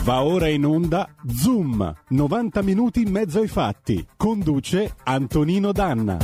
Va ora in onda Zoom, 90 minuti in mezzo ai fatti. Conduce Antonino Danna.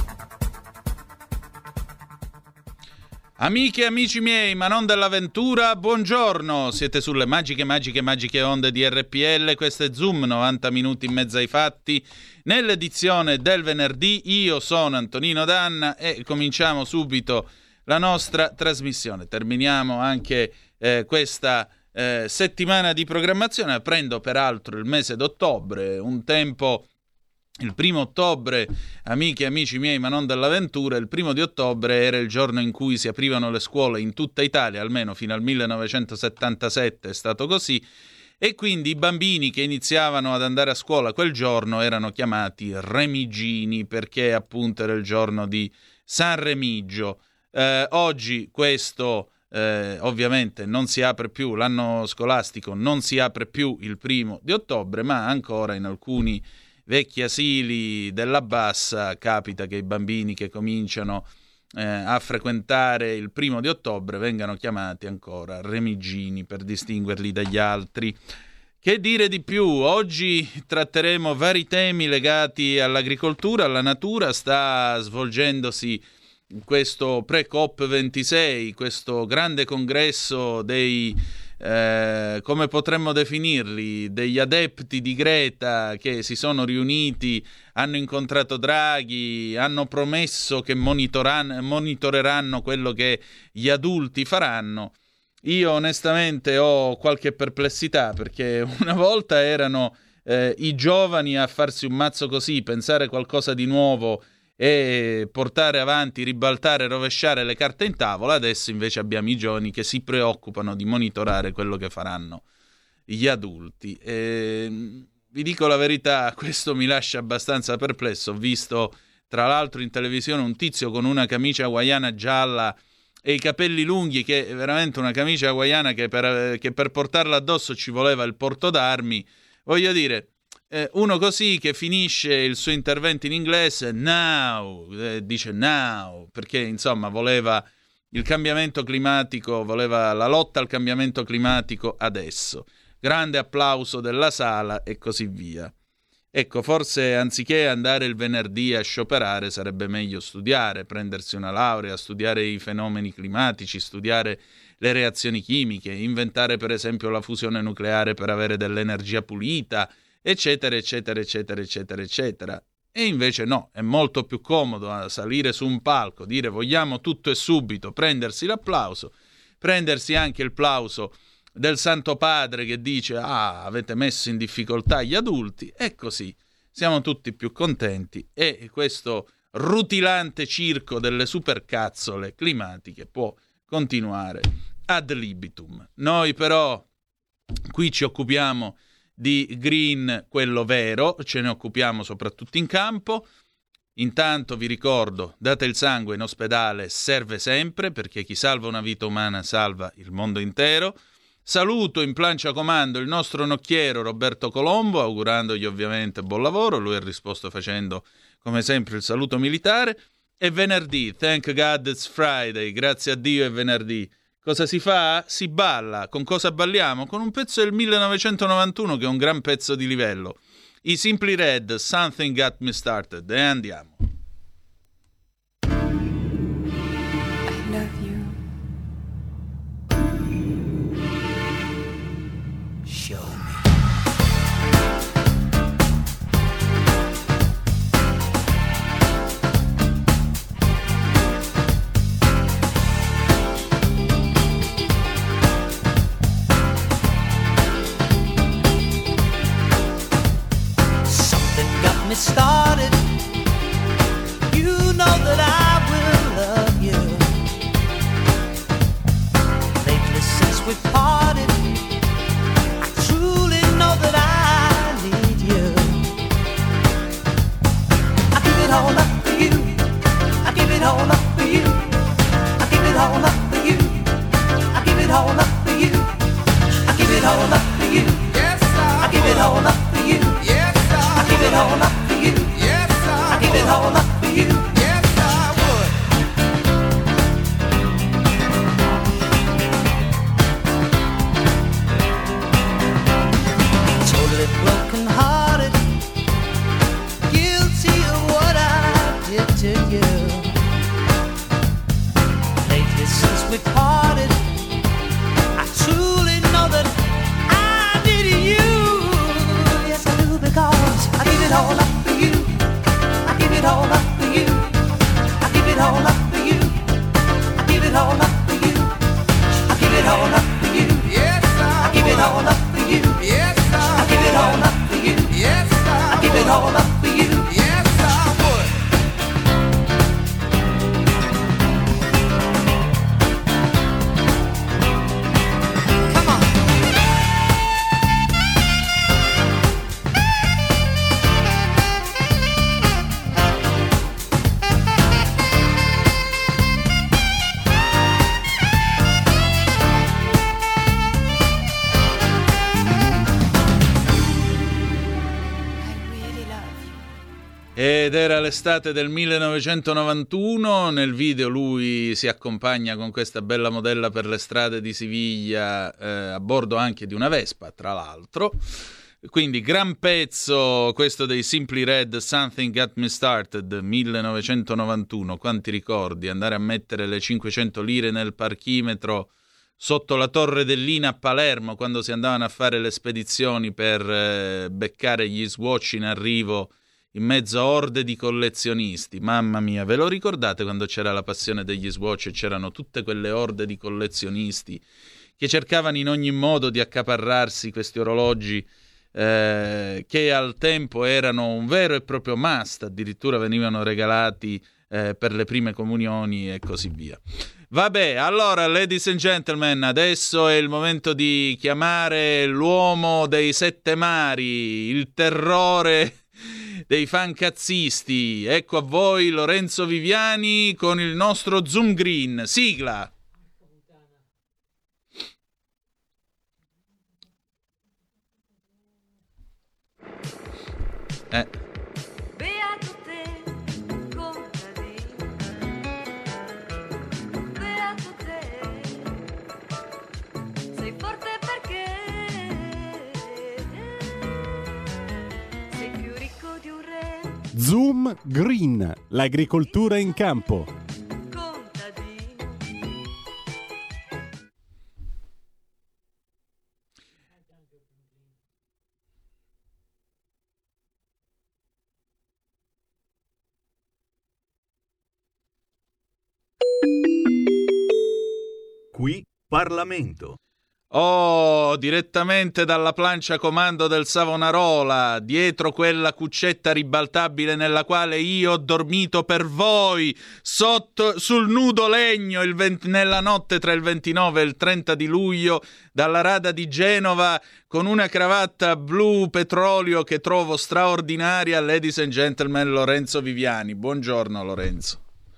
Amiche e amici miei, ma non dell'avventura, buongiorno. Siete sulle magiche onde di RPL. Questo è Zoom, 90 minuti in mezzo ai fatti. Nell'edizione del venerdì io sono Antonino Danna e cominciamo subito la nostra trasmissione. Terminiamo anche questa settimana di programmazione. Prendo peraltro il mese d'ottobre, un tempo, il 1 ottobre, amiche e amici miei ma non dell'avventura, il 1 di ottobre era il giorno in cui si aprivano le scuole in tutta Italia, almeno fino al 1977 è stato così, e quindi i bambini che iniziavano ad andare a scuola quel giorno erano chiamati remigini, perché appunto era il giorno di San Remigio. Oggi questo ovviamente non si apre più, l'anno scolastico non si apre più il 1 di ottobre, ma ancora in alcuni vecchi asili della Bassa capita che i bambini che cominciano a frequentare il 1 di ottobre vengano chiamati ancora remigini per distinguerli dagli altri. Che dire di più? Oggi tratteremo vari temi legati all'agricoltura, alla natura. Sta svolgendosi questo pre-COP26, questo grande congresso dei, come potremmo definirli, degli adepti di Greta che si sono riuniti, hanno incontrato Draghi, hanno promesso che monitoreranno quello che gli adulti faranno. Io onestamente ho qualche perplessità, perché una volta erano i giovani a farsi un mazzo così, pensare qualcosa di nuovo e portare avanti, ribaltare, rovesciare le carte in tavola. Adesso invece abbiamo i giovani che si preoccupano di monitorare quello che faranno gli adulti. Vi dico la verità, questo mi lascia abbastanza perplesso. Ho visto tra l'altro in televisione un tizio con una camicia hawaiana gialla e i capelli lunghi, che è veramente una camicia hawaiana che per portarla addosso ci voleva il porto d'armi. Voglio dire, uno così che finisce il suo intervento in inglese dice now, perché insomma voleva il cambiamento climatico, voleva la lotta al cambiamento climatico adesso. Grande applauso della sala e così via. Ecco, forse anziché andare il venerdì a scioperare sarebbe meglio studiare, prendersi una laurea, studiare i fenomeni climatici, studiare le reazioni chimiche, inventare per esempio la fusione nucleare per avere dell'energia pulita, eccetera, eccetera, eccetera, eccetera, eccetera. E invece no, è molto più comodo salire su un palco, dire vogliamo tutto e subito, prendersi l'applauso, prendersi anche il plauso del Santo Padre che dice avete messo in difficoltà gli adulti, e così siamo tutti più contenti e questo rutilante circo delle supercazzole climatiche può continuare ad libitum. Noi però qui ci occupiamo di green, quello vero, ce ne occupiamo soprattutto in campo. Intanto vi ricordo, date il sangue in ospedale, serve sempre, perché chi salva una vita umana salva il mondo intero. Saluto in plancia comando il nostro nocchiero Roberto Colombo, augurandogli ovviamente buon lavoro. Lui ha risposto facendo come sempre il saluto militare. È venerdì, thank God it's Friday, grazie a Dio è venerdì. Cosa si fa? Si balla. Con cosa balliamo? Con un pezzo del 1991 che è un gran pezzo di livello. I Simply Red, Something Got Me Started. E andiamo. I love you. Show me. Started we parted, I truly know that I needed you. Yes, I do, because I give it all up for you. I give it all up for you. I give it all up for you. I give it all up for you. I give it all up for you. Yes, I give it all up for you. Yes, I give it all up for you. Yes, I give it all up for you. Yes, I would. Come on. Ed era l'estate del 1991, nel video lui si accompagna con questa bella modella per le strade di Siviglia, a bordo anche di una Vespa, tra l'altro. Quindi gran pezzo questo dei Simply Red, Something Got Me Started, 1991. Quanti ricordi, andare a mettere le 500 lire nel parchimetro sotto la Torre dell'Ina a Palermo, quando si andavano a fare le spedizioni per beccare gli Swatch in arrivo in mezzo a orde di collezionisti. Mamma mia, ve lo ricordate quando c'era la passione degli Swatch e c'erano tutte quelle orde di collezionisti che cercavano in ogni modo di accaparrarsi questi orologi che al tempo erano un vero e proprio must, addirittura venivano regalati per le prime comunioni e così via. Vabbè, allora, ladies and gentlemen, adesso è il momento di chiamare l'uomo dei sette mari, il terrore dei fancazzisti. Ecco a voi Lorenzo Viviani con il nostro Zoom Green. Sigla. Beato te, contadino, beato te, sei forte perché sei più ricco di un re. Zoom Green, l'agricoltura in campo. Contadino, Qui Parlamento. Oh, direttamente dalla plancia comando del Savonarola, dietro quella cuccetta ribaltabile nella quale io ho dormito per voi, sotto sul nudo legno nella notte tra il 29 e il 30 di luglio, dalla rada di Genova, con una cravatta blu petrolio che trovo straordinaria, ladies and gentlemen, Lorenzo Viviani. Buongiorno Lorenzo.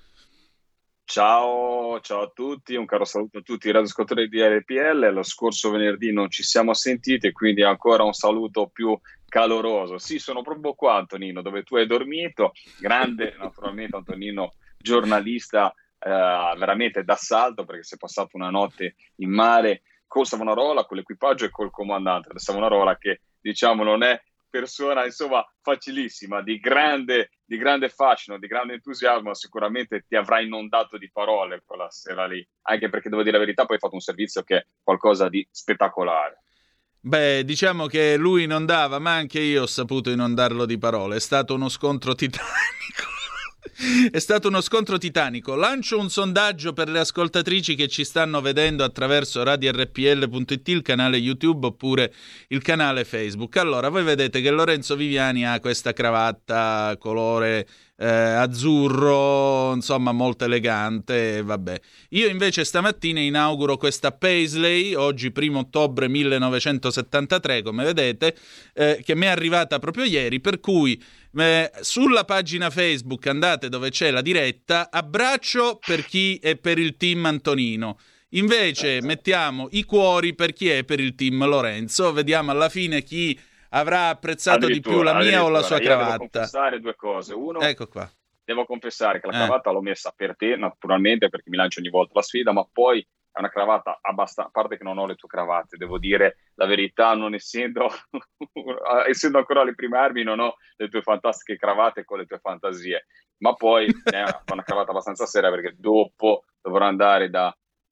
Ciao a tutti, un caro saluto a tutti i radioascoltatori di RPL. Lo scorso venerdì non ci siamo sentiti, quindi ancora un saluto più caloroso. Sì, sono proprio qua, Antonino, dove tu hai dormito. Grande, naturalmente, Antonino, giornalista veramente d'assalto, perché si è passato una notte in mare col Savonarola, con l'equipaggio e col comandante del Savonarola, che diciamo non è persona insomma facilissima, di grande fascino, di grande entusiasmo. Sicuramente ti avrà inondato di parole quella sera lì, anche perché devo dire la verità, poi hai fatto un servizio che è qualcosa di spettacolare. Beh, diciamo che lui inondava, ma anche io ho saputo inondarlo di parole. È stato uno scontro titanico. È stato uno scontro titanico. Lancio un sondaggio per le ascoltatrici che ci stanno vedendo attraverso radiorpl.it, il canale YouTube oppure il canale Facebook. Allora, voi vedete che Lorenzo Viviani ha questa cravatta colore azzurro, insomma molto elegante, vabbè. Io invece stamattina inauguro questa Paisley, oggi 1 ottobre 1973, come vedete, che mi è arrivata proprio ieri, per cui sulla pagina Facebook andate dove c'è la diretta, abbraccio per chi è per il team Antonino, invece mettiamo i cuori per chi è per il team Lorenzo, vediamo alla fine chi avrà apprezzato di più la mia o la sua cravatta. Devo confessare due cose. Uno, ecco qua. Devo confessare che la cravatta l'ho messa per te, naturalmente, perché mi lancio ogni volta la sfida, ma poi è una cravatta abbastanza, a parte che non ho le tue cravatte, devo dire la verità, non essendo ancora alle prime armi, non ho le tue fantastiche cravatte con le tue fantasie, ma poi è una cravatta abbastanza seria, perché dopo dovrò andare da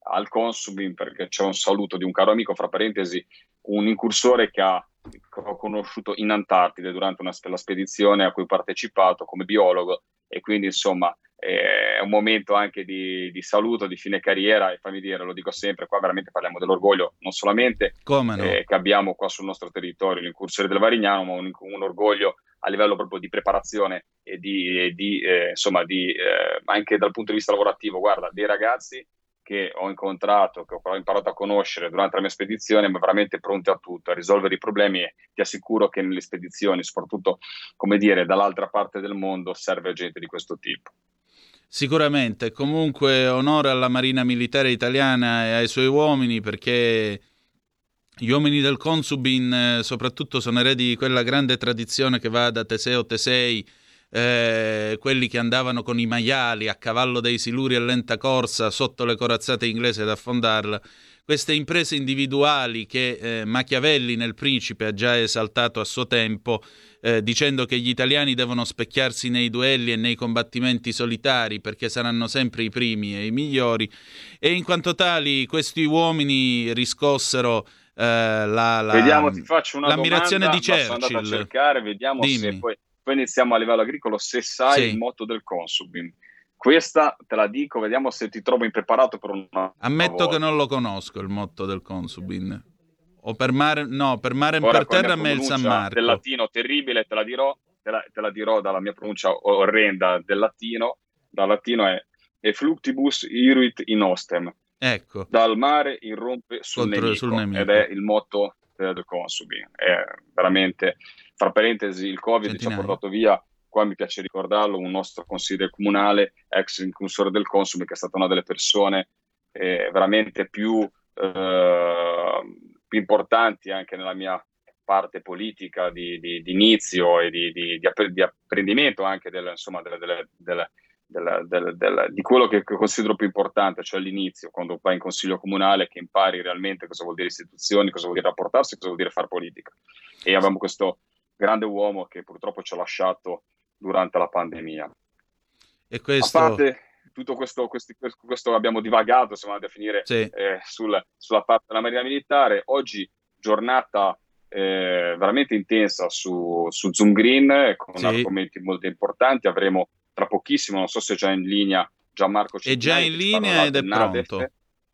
al Consubin, perché c'è un saluto di un caro amico, fra parentesi, un incursore che ho conosciuto in Antartide durante la spedizione a cui ho partecipato come biologo, e quindi insomma è un momento anche di saluto, di fine carriera, e fammi dire, lo dico sempre, qua veramente parliamo dell'orgoglio non solamente Come no? che abbiamo qua sul nostro territorio, l'incursione del Varignano, ma un orgoglio a livello proprio di preparazione e anche dal punto di vista lavorativo. Guarda, dei ragazzi che ho incontrato, che ho imparato a conoscere durante la mia spedizione, ma veramente pronti a tutto, a risolvere i problemi, e ti assicuro che nelle spedizioni, soprattutto, come dire, dall'altra parte del mondo, serve gente di questo tipo. Sicuramente, comunque onore alla Marina Militare Italiana e ai suoi uomini, perché gli uomini del Consubin soprattutto sono eredi di quella grande tradizione che va da Teseo Tesei, quelli che andavano con i maiali a cavallo dei siluri a lenta corsa sotto le corazzate inglesi ad affondarla. Queste imprese individuali che Machiavelli nel Principe ha già esaltato a suo tempo, dicendo che gli italiani devono specchiarsi nei duelli e nei combattimenti solitari perché saranno sempre i primi e i migliori, e in quanto tali questi uomini riscossero vediamo, ti faccio una l'ammirazione domanda, di Churchill. sono andato a cercare, vediamo. Dimmi. Se poi iniziamo a livello agricolo, se sai Sì. il motto del Consubin. Questa te la dico, vediamo se ti trovo impreparato per una Ammetto volta. che non lo conosco il motto del Consubin. O per mare, no, per mare e Ora, per con la terra a mia me il San pronuncia Marco. del latino terribile, te la dirò dalla mia pronuncia orrenda del latino. Dal latino è E fluctibus iruit in ostem. Ecco. Dal mare irrompe sul nemico. Ed è il motto del Consubin. È veramente, fra parentesi, il Covid ci ha Centinaio. portato via, qua mi piace ricordarlo, un nostro consigliere comunale, ex incursore del Consubin, che è stata una delle persone veramente più importanti anche nella mia parte politica di inizio e di apprendimento anche di quello che considero più importante, cioè l'inizio, quando vai in consiglio comunale, che impari realmente cosa vuol dire istituzioni, cosa vuol dire rapportarsi, cosa vuol dire fare politica. E avevamo questo grande uomo che purtroppo ci ha lasciato durante la pandemia. E questo... A parte tutto questo abbiamo divagato, siamo andati a finire Sì. sulla parte della Marina Militare. Oggi giornata veramente intensa su Zoom Green, con Sì. argomenti molto importanti. Avremo tra pochissimo, non so se è già in linea, Gianmarco È già Centinaio, in che ci linea parlerà ed è del NADEF. pronto.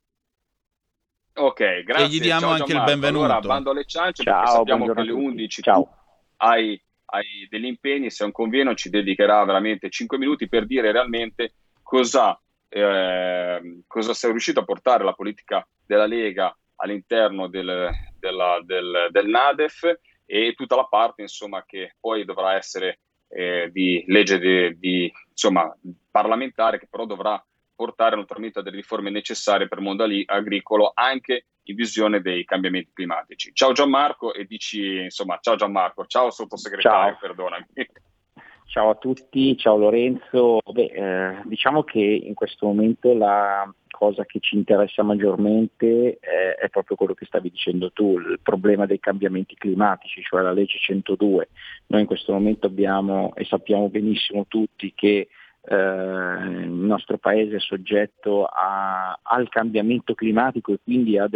Ok, grazie. E gli diamo Ciao, anche il Gianmarco. benvenuto. Allora, bando alle ciance, Ciao, perché sappiamo che buongiorno alle a tutti. 11 Ciao. tu hai degli impegni. Se non conviene, ci dedicherà veramente 5 minuti per dire realmente cosa sei riuscito a portare la politica della Lega all'interno del NADEF, e tutta la parte, insomma, che poi dovrà essere di legge insomma, parlamentare, che però dovrà portare naturalmente a delle riforme necessarie per il mondo agricolo, anche in visione dei cambiamenti climatici. Ciao Gianmarco, e dici, insomma, ciao Gianmarco, ciao sottosegretario, Ciao. perdonami. Ciao a tutti, ciao Lorenzo. Diciamo che in questo momento la cosa che ci interessa maggiormente è proprio quello che stavi dicendo tu, il problema dei cambiamenti climatici, cioè la legge 102. Noi in questo momento abbiamo, e sappiamo benissimo tutti, che il nostro paese è soggetto al cambiamento climatico, e quindi a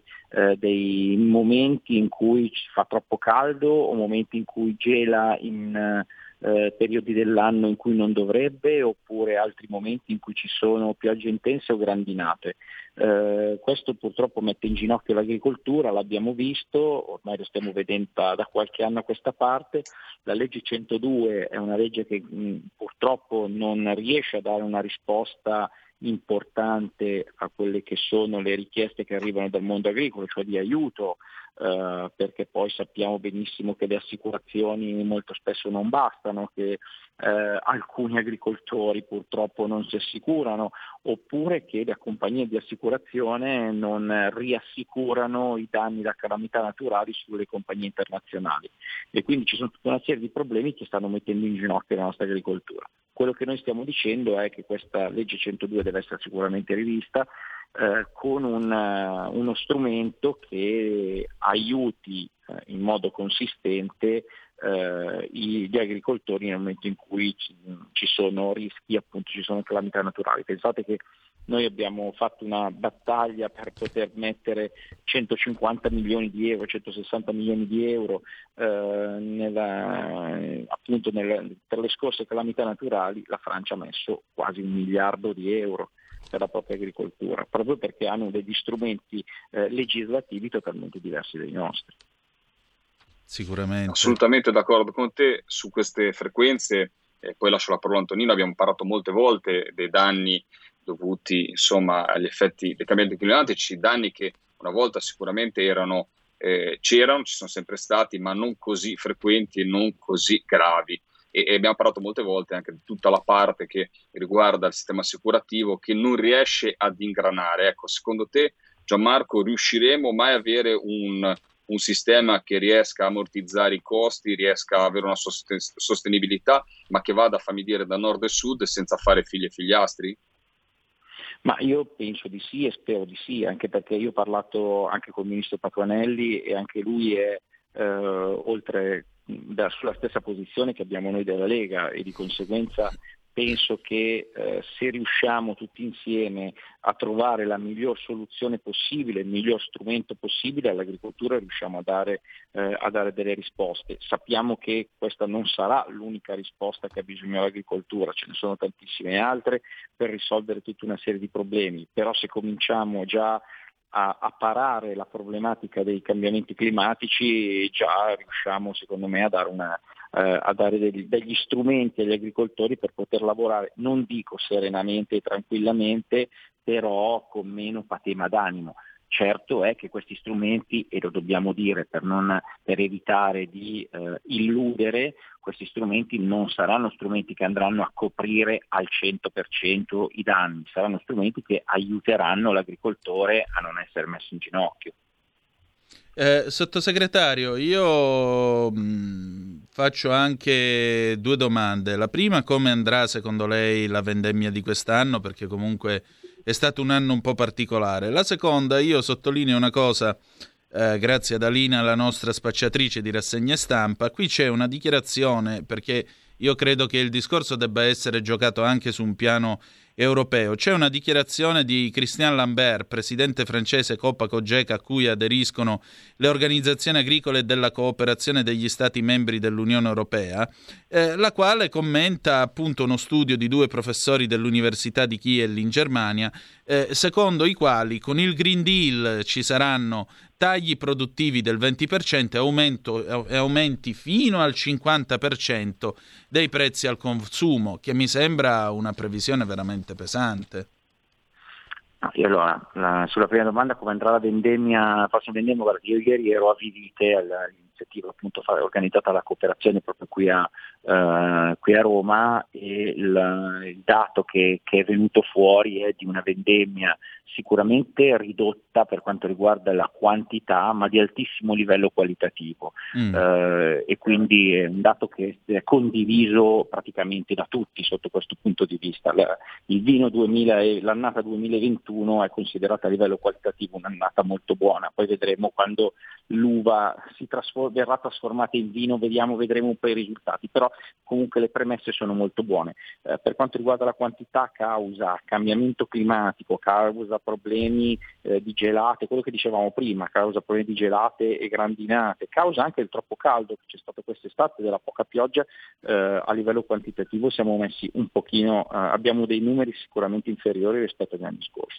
dei momenti in cui fa troppo caldo o momenti in cui gela in periodi dell'anno in cui non dovrebbe, oppure altri momenti in cui ci sono piogge intense o grandinate. Questo purtroppo mette in ginocchio l'agricoltura, l'abbiamo visto, ormai lo stiamo vedendo da qualche anno a questa parte. La legge 102 è una legge che purtroppo non riesce a dare una risposta importante a quelle che sono le richieste che arrivano dal mondo agricolo, cioè di aiuto, perché poi sappiamo benissimo che le assicurazioni molto spesso non bastano, che alcuni agricoltori purtroppo non si assicurano, oppure che le compagnie di assicurazione non riassicurano i danni da calamità naturali sulle compagnie internazionali, e quindi ci sono tutta una serie di problemi che stanno mettendo in ginocchio la nostra agricoltura. Quello che noi stiamo dicendo è che questa legge 102 deve essere sicuramente rivista, con uno strumento che aiuti in modo consistente gli agricoltori nel momento in cui ci sono rischi, appunto ci sono calamità naturali. Pensate che Noi abbiamo fatto una battaglia per poter mettere 150 milioni di euro, 160 milioni di euro per le scorse calamità naturali. La Francia ha messo quasi 1 miliardo di euro per la propria agricoltura, proprio perché hanno degli strumenti legislativi totalmente diversi dai nostri. Sicuramente. Assolutamente d'accordo con te su queste frequenze. Poi lascio la parola a Antonino. Abbiamo parlato molte volte dei danni dovuti insomma agli effetti dei cambiamenti climatici, danni che una volta sicuramente c'erano, ci sono sempre stati, ma non così frequenti e non così gravi. E abbiamo parlato molte volte anche di tutta la parte che riguarda il sistema assicurativo che non riesce ad ingranare. Ecco, secondo te, Gianmarco, riusciremo mai a avere un sistema che riesca a ammortizzare i costi, riesca a avere una sostenibilità, ma che vada, fammi dire, da nord e sud senza fare figli e figliastri? Ma io penso di sì e spero di sì, anche perché io ho parlato anche con il ministro Patuanelli e anche lui è sulla stessa posizione che abbiamo noi della Lega, e di conseguenza penso che se riusciamo tutti insieme a trovare la miglior soluzione possibile, il miglior strumento possibile all'agricoltura, riusciamo a dare delle risposte. Sappiamo che questa non sarà l'unica risposta che ha bisogno l'agricoltura, ce ne sono tantissime altre per risolvere tutta una serie di problemi, però se cominciamo già a parare la problematica dei cambiamenti climatici, già riusciamo secondo me a dare degli strumenti agli agricoltori per poter lavorare, non dico serenamente e tranquillamente, però con meno patema d'animo. Certo è che questi strumenti, e lo dobbiamo dire per evitare di illudere, questi strumenti non saranno strumenti che andranno a coprire al 100% i danni, saranno strumenti che aiuteranno l'agricoltore a non essere messo in ginocchio. Sottosegretario, io faccio anche 2 domande. La prima, come andrà secondo lei la vendemmia di quest'anno? Perché comunque è stato un anno un po' particolare. La seconda, io sottolineo una cosa, grazie ad Alina, la nostra spacciatrice di rassegna stampa. Qui c'è una dichiarazione, perché io credo che il discorso debba essere giocato anche su un piano europeo. C'è una dichiarazione di Christian Lambert, presidente francese Copa-Cogeca, a cui aderiscono le organizzazioni agricole e della cooperazione degli Stati membri dell'Unione Europea, la quale commenta appunto uno studio di 2 professori dell'Università di Kiel in Germania, secondo i quali con il Green Deal ci saranno tagli produttivi del 20% e aumenti fino al 50% dei prezzi al consumo, che mi sembra una previsione veramente pesante. E allora, sulla prima domanda, come andrà la prossima vendemmia, guarda, io ieri ero a Vivite all'iniziativa appunto organizzata dalla cooperazione proprio qui a Roma, e il dato che è venuto fuori è di una vendemmia sicuramente ridotta per quanto riguarda la quantità, ma di altissimo livello qualitativo, e quindi è un dato che è condiviso praticamente da tutti sotto questo punto di vista. Il vino l'annata 2021 è considerata a livello qualitativo un'annata molto buona, poi vedremo quando l'uva verrà trasformata in vino, vedremo un po' i risultati, però comunque le premesse sono molto buone. Per quanto riguarda la quantità, causa cambiamento climatico, causa problemi di gelate, quello che dicevamo prima, causa problemi di gelate e grandinate, causa anche il troppo caldo che c'è stato quest'estate, della poca pioggia. A livello quantitativo siamo messi un pochino, abbiamo dei numeri sicuramente inferiori rispetto agli anni scorsi.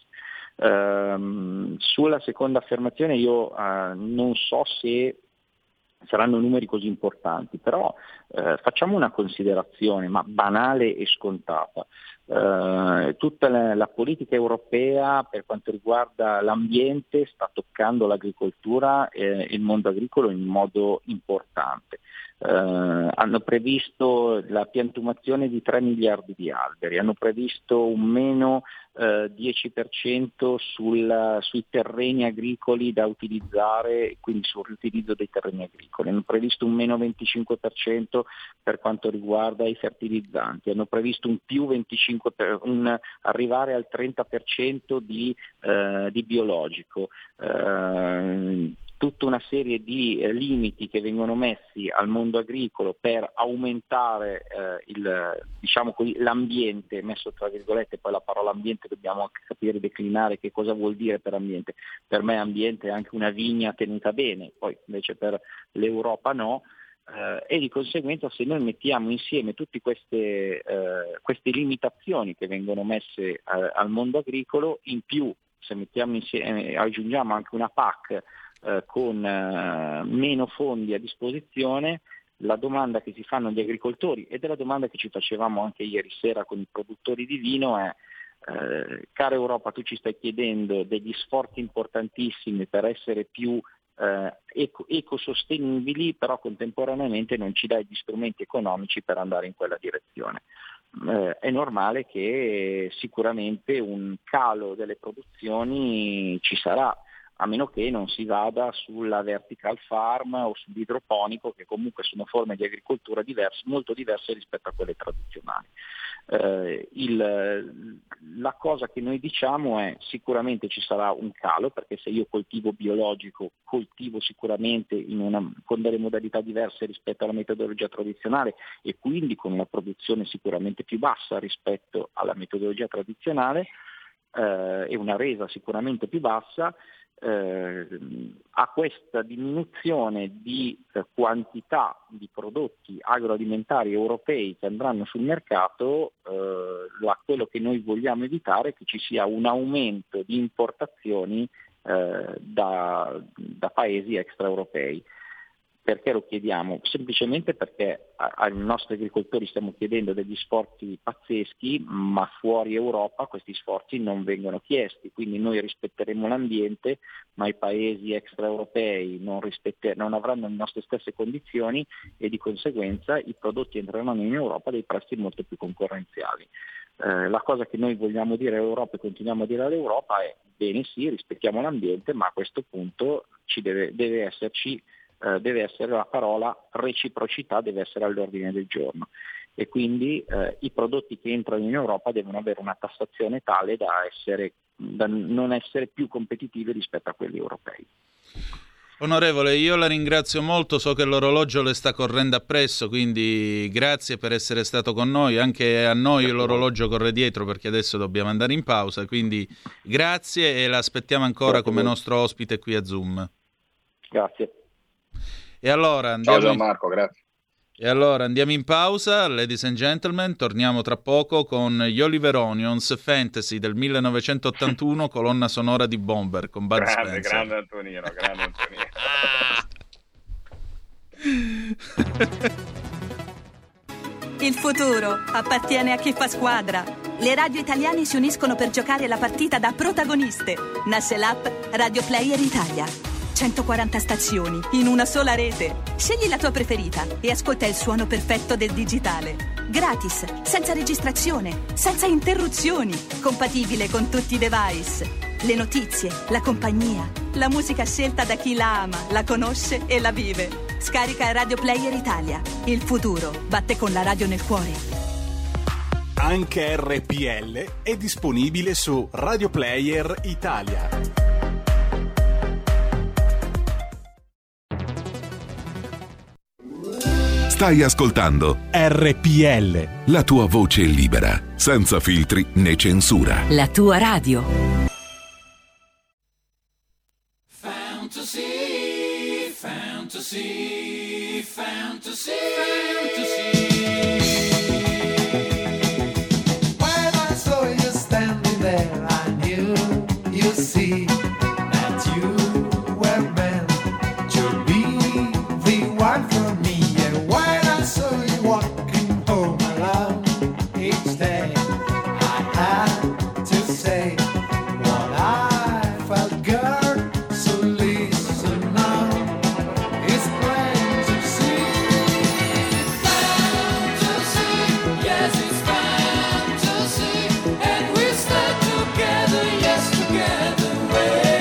Sulla seconda affermazione io non so se saranno numeri così importanti, però facciamo una considerazione, ma banale e scontata. Tutta la politica europea per quanto riguarda l'ambiente sta toccando l'agricoltura e il mondo agricolo in modo importante. Hanno previsto la piantumazione di 3 miliardi di alberi, hanno previsto un meno 10% sui terreni agricoli da utilizzare, quindi sul riutilizzo dei terreni agricoli, hanno previsto un meno 25% per quanto riguarda i fertilizzanti, hanno previsto un più 25%, arrivare al 30% di biologico. tutta una serie di limiti che vengono messi al mondo agricolo per aumentare l'ambiente, messo tra virgolette, poi la parola ambiente dobbiamo anche capire declinare che cosa vuol dire per ambiente. Per me ambiente è anche una vigna tenuta bene, poi invece per l'Europa no, e di conseguenza se noi mettiamo insieme tutte queste limitazioni che vengono messe al mondo agricolo, in più se mettiamo insieme, aggiungiamo anche una PAC con meno fondi a disposizione, la domanda che si fanno gli agricoltori ed è la domanda che ci facevamo anche ieri sera con i produttori di vino è: cara Europa, tu ci stai chiedendo degli sforzi importantissimi per essere più ecosostenibili, però contemporaneamente non ci dai gli strumenti economici per andare in quella direzione. È normale che sicuramente un calo delle produzioni ci sarà, a meno che non si vada sulla vertical farm o sull'idroponico, che comunque sono forme di agricoltura molto diverse rispetto a quelle tradizionali. La cosa che noi diciamo è: sicuramente ci sarà un calo, perché se io coltivo biologico coltivo sicuramente con delle modalità diverse rispetto alla metodologia tradizionale e quindi con una produzione sicuramente più bassa rispetto alla metodologia tradizionale e una resa sicuramente più bassa. A questa diminuzione di quantità di prodotti agroalimentari europei che andranno sul mercato, quello che noi vogliamo evitare è che ci sia un aumento di importazioni da paesi extraeuropei. Perché lo chiediamo? Semplicemente perché ai nostri agricoltori stiamo chiedendo degli sforzi pazzeschi, ma fuori Europa questi sforzi non vengono chiesti, quindi noi rispetteremo l'ambiente, ma i paesi extraeuropei non avranno le nostre stesse condizioni e di conseguenza i prodotti entreranno in Europa a dei prezzi molto più concorrenziali. La cosa che noi vogliamo dire all'Europa e continuiamo a dire all'Europa è: bene sì, rispettiamo l'ambiente, ma a questo punto deve essere la parola reciprocità, deve essere all'ordine del giorno, e quindi i prodotti che entrano in Europa devono avere una tassazione tale da non essere più competitivi rispetto a quelli europei. Onorevole, io la ringrazio molto, so che l'orologio le sta correndo appresso, quindi grazie per essere stato con noi, anche a noi l'orologio corre dietro perché adesso dobbiamo andare in pausa, quindi grazie e la aspettiamo ancora come nostro ospite qui a Zoom. Grazie. E allora andiamo Ciao Gianmarco, grazie. E allora andiamo in pausa, ladies and gentlemen, torniamo tra poco con gli Oliver Onions Fantasy del 1981, colonna sonora di Bomber con Bud Spencer. Grande Antonino. Il futuro appartiene a chi fa squadra. Le radio italiane si uniscono per giocare la partita da protagoniste. Nasce l'app Radio Player Italia. 140 stazioni in una sola rete. Scegli la tua preferita e ascolta il suono perfetto del digitale. Gratis, senza registrazione, senza interruzioni, compatibile con tutti i device. Le notizie, la compagnia, la musica scelta da chi la ama, la conosce e la vive. Scarica Radio Player Italia. Il futuro batte con la radio nel cuore. Anche RPL è disponibile su Radio Player Italia. Stai ascoltando RPL, la tua voce libera, senza filtri né censura. La tua radio. Fantasy, fantasy, fantasy, fantasy. When I saw you standing there, I knew you'd see that you were meant to be the one for me. And when I saw you walking home alone each day, I had to say what I felt, girl. So listen now, it's plain to see. Fantasy, yes, it's fantasy, and we stay together, yes, together.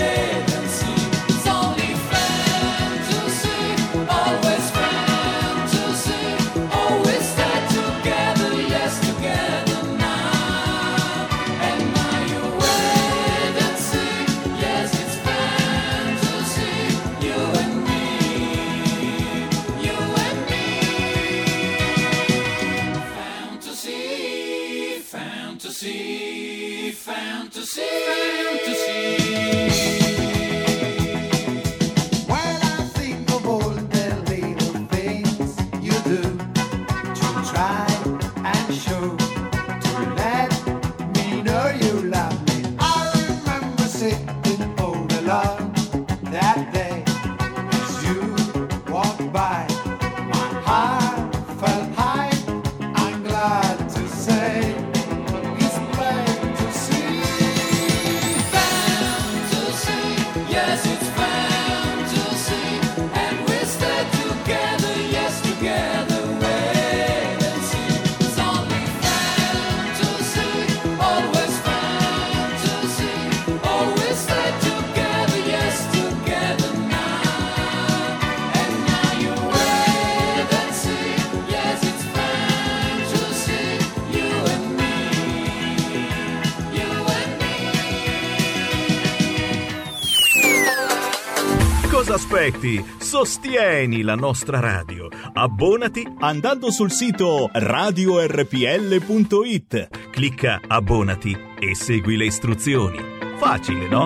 Yes, it's fantasy, and we stay together, yes, together, wait and see. It's only fantasy, always fantasy, always stay together, yes, together now. And now you wait and see, yes, it's fantasy, you and me, you and me. Cosa aspetti? Sostieni la nostra radio. Abbonati andando sul sito radiorpl.it. Clicca abbonati e segui le istruzioni. Facile, no?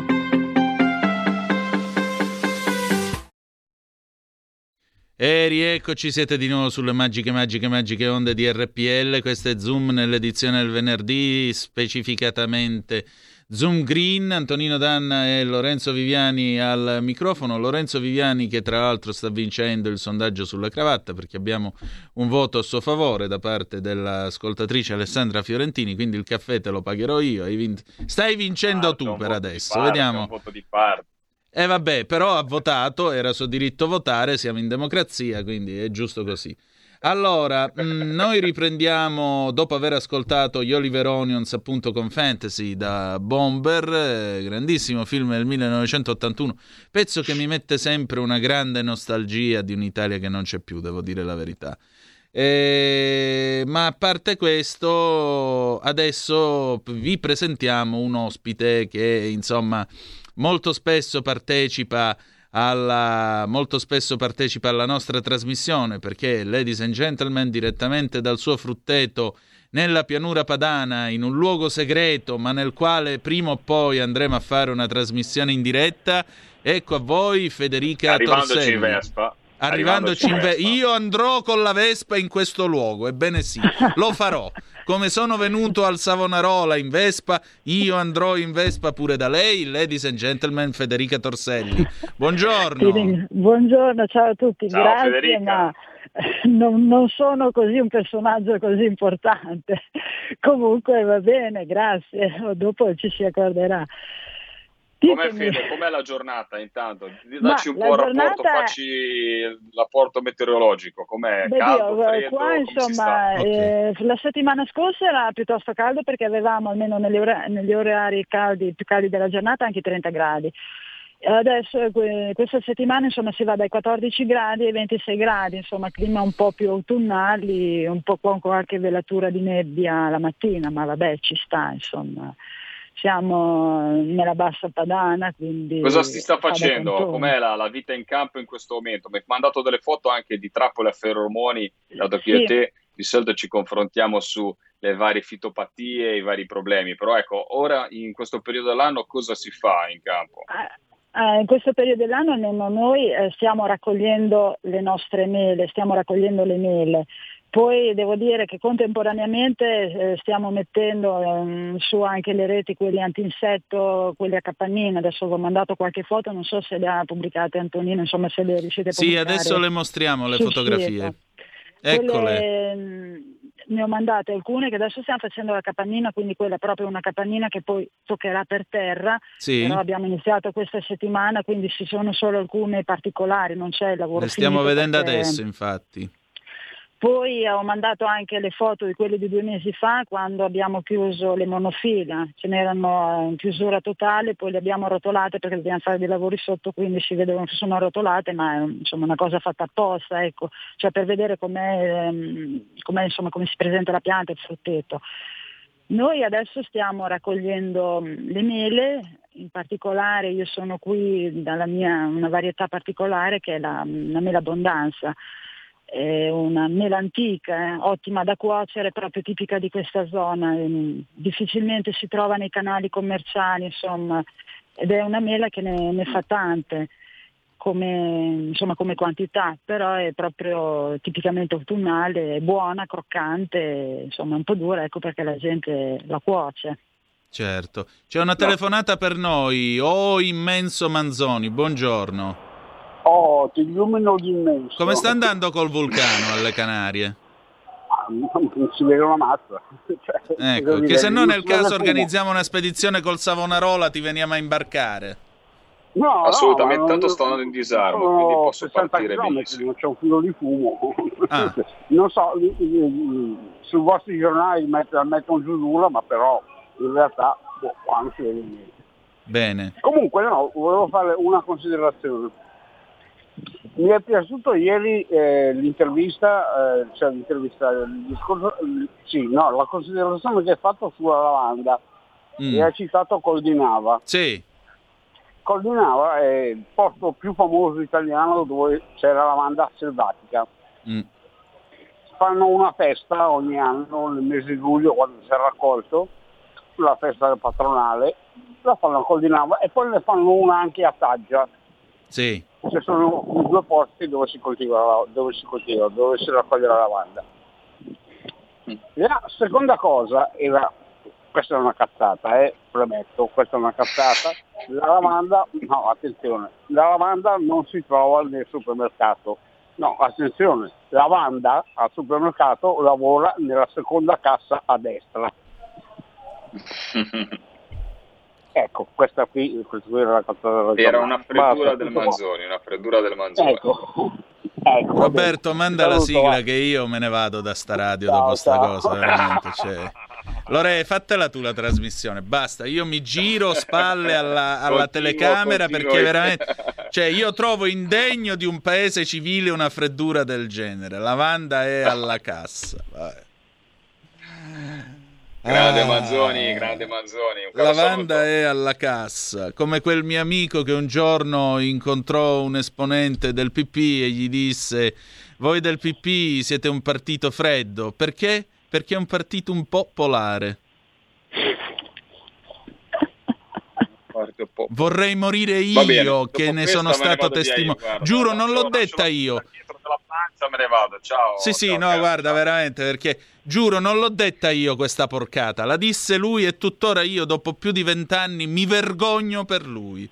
E rieccoci, siete di nuovo sulle magiche onde di RPL. Questo è Zoom nell'edizione del venerdì, specificatamente Zoom Green. Antonino Danna e Lorenzo Viviani al microfono. Lorenzo Viviani che tra l'altro sta vincendo il sondaggio sulla cravatta, perché abbiamo un voto a suo favore da parte dell'ascoltatrice Alessandra Fiorentini, quindi il caffè te lo pagherò io. Stai vincendo tu per adesso, vediamo. Un voto di parte. Vabbè, però ha votato, era suo diritto votare, siamo in democrazia, quindi è giusto così. Allora, noi riprendiamo dopo aver ascoltato gli Oliver Onions, appunto, con Fantasy da Bomber, grandissimo film del 1981, pezzo che mi mette sempre una grande nostalgia di un'Italia che non c'è più, devo dire la verità. Ma a parte questo, adesso vi presentiamo un ospite che, insomma, molto spesso partecipa alla nostra trasmissione, perché, ladies and gentlemen, direttamente dal suo frutteto nella pianura padana, in un luogo segreto ma nel quale prima o poi andremo a fare una trasmissione in diretta, ecco a voi Federica Torselli. Arrivandoci in Vespa. Io andrò con la Vespa in questo luogo, ebbene sì, lo farò. Come sono venuto al Savonarola in Vespa, io andrò in Vespa pure da lei, ladies and gentlemen, Federica Torselli. Buongiorno. Buongiorno, ciao a tutti, ciao, grazie, Federica. ma non sono così un personaggio così importante. Comunque va bene, grazie, dopo ci si accorderà. Com'è Fede? Com'è la giornata intanto? Dacci un po' il rapporto, facci l'apporto meteorologico, com'è? Caldo, freddo, qua insomma la settimana scorsa era piuttosto caldo, perché avevamo almeno negli orari più caldi della giornata anche 30 gradi. Adesso questa settimana insomma si va dai 14 gradi ai 26 gradi, insomma clima un po' più autunnali, un po' con qualche velatura di nebbia la mattina, ma vabbè, ci sta, insomma. Siamo nella bassa padana, quindi... Cosa si sta facendo? Com'è la vita in campo in questo momento? Mi ha mandato delle foto anche di trappole a feromoni, dato che io e te di solito ci confrontiamo sulle varie fitopatie, i vari problemi, però ecco, ora in questo periodo dell'anno cosa si fa in campo? In questo periodo dell'anno noi stiamo raccogliendo le nostre mele, stiamo raccogliendo le mele. Poi devo dire che contemporaneamente stiamo mettendo su anche le reti, quelli antinsetto, quelli a capannina. Adesso vi ho mandato qualche foto, non so se le ha pubblicate Antonino, insomma se le riuscite a pubblicare. Sì, adesso le mostriamo le fotografie. Eccole. Ne ho mandate alcune che adesso stiamo facendo la capannina, quindi quella è proprio una capannina che poi toccherà per terra. Sì. Però abbiamo iniziato questa settimana, quindi ci sono solo alcune particolari, non c'è il lavoro. Le stiamo vedendo adesso, infatti. Poi ho mandato anche le foto di quelli di 2 mesi fa, quando abbiamo chiuso le monofila, ce n'erano in chiusura totale, poi le abbiamo rotolate perché dobbiamo fare dei lavori sotto, quindi si vedono che sono rotolate, ma è insomma una cosa fatta apposta, ecco, cioè per vedere com'è insomma come si presenta la pianta, il frutteto. Noi adesso stiamo raccogliendo le mele, in particolare io sono qui dalla una varietà particolare che è la mela abbondanza. È una mela antica, ottima da cuocere, proprio tipica di questa zona, difficilmente si trova nei canali commerciali, insomma, ed è una mela che ne fa tante come quantità, però è proprio tipicamente autunnale, è buona, croccante, insomma un po' dura, ecco perché la gente la cuoce. Certo. C'è una telefonata per noi. Immenso Manzoni, buongiorno. Ti illumino l'immenso. Come sta andando col vulcano alle Canarie? Non si vede una mazza. Ecco, che se no nel caso organizziamo una spedizione col Savonarola, ti veniamo a imbarcare. No, assolutamente, no, tanto sto andando in disarmo, quindi posso 60 partire chilometri, benissimo. non c'è un filo di fumo. Ah. Non so, sui vostri giornali mettono giù nulla, ma però in realtà qua non si vede niente. Bene. Comunque no, volevo fare una considerazione. Mi è piaciuto ieri l'intervista, il discorso, la considerazione che hai fatto sulla lavanda, e hai citato Coldinava. Sì. Coldinava è il posto più famoso italiano dove c'è la lavanda selvatica. Fanno una festa ogni anno nel mese di luglio quando si è raccolto, la festa patronale, la fanno a Coldinava e poi ne fanno una anche a Taggia. Sì. Ci sono i due posti dove si raccoglie la lavanda. La seconda cosa era, questa è una cazzata, premetto, questa è una cazzata, la lavanda, no attenzione, la lavanda non si trova nel supermercato, no attenzione, la lavanda al supermercato lavora nella seconda cassa a destra. Ecco, questa qui era la cazzata. Era una freddura del Manzoni, Ecco, Roberto, manda la sigla che io me ne vado da sta radio dopo sta cosa, veramente. Cioè. Lore, fatela tu la trasmissione, basta, io mi giro spalle alla telecamera perché veramente, cioè io trovo indegno di un paese civile una freddura del genere. Lavanda è alla cassa. Vabbè. Grande Manzoni, un Lavanda saluto. è alla cassa, come quel mio amico che un giorno incontrò un esponente del PP e gli disse: voi del PP siete un partito freddo, perché? Perché è un partito un po' polare. Vorrei morire io che ne sono stato testimone. Giuro, non l'ho detta io. La pancia me ne vado, ciao. Sì, ciao, no, guarda, veramente, perché giuro, non l'ho detta io questa porcata, la disse lui e tuttora io, dopo più di 20 anni, mi vergogno per lui.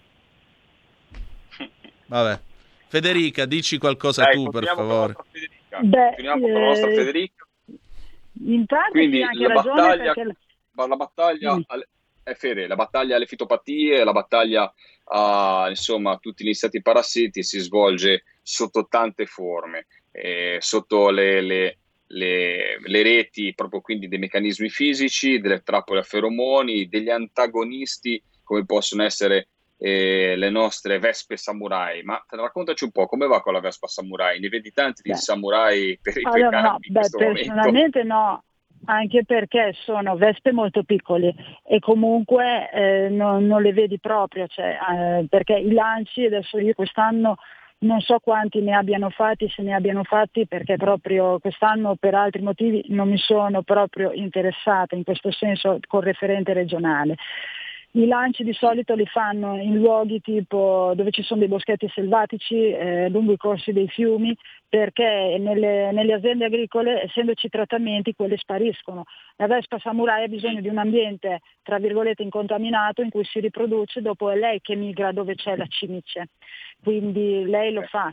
Vabbè. Federica, dici qualcosa tu, per favore. Continuiamo con la nostra Federica. Quindi anche la battaglia, perché... la battaglia alle fitopatie, la battaglia a tutti gli insetti parassiti si svolge sotto tante forme, sotto le reti, proprio quindi dei meccanismi fisici, delle trappole a feromoni, degli antagonisti come possono essere le nostre vespe samurai. Ma raccontaci un po' come va con la vespa samurai, ne vedi tanti di samurai per i tuoi campi in questo personalmente momento? no, anche perché sono vespe molto piccole e comunque non le vedi proprio, perché i lanci, adesso io quest'anno non so quanti ne abbiano fatti, se ne abbiano fatti, perché proprio quest'anno per altri motivi non mi sono proprio interessata in questo senso col referente regionale. I lanci di solito li fanno in luoghi tipo dove ci sono dei boschetti selvatici, lungo i corsi dei fiumi, perché nelle aziende agricole, essendoci trattamenti, quelle spariscono. La vespa samurai ha bisogno di un ambiente, tra virgolette, incontaminato in cui si riproduce, dopo è lei che migra dove c'è la cimice, quindi lei lo fa.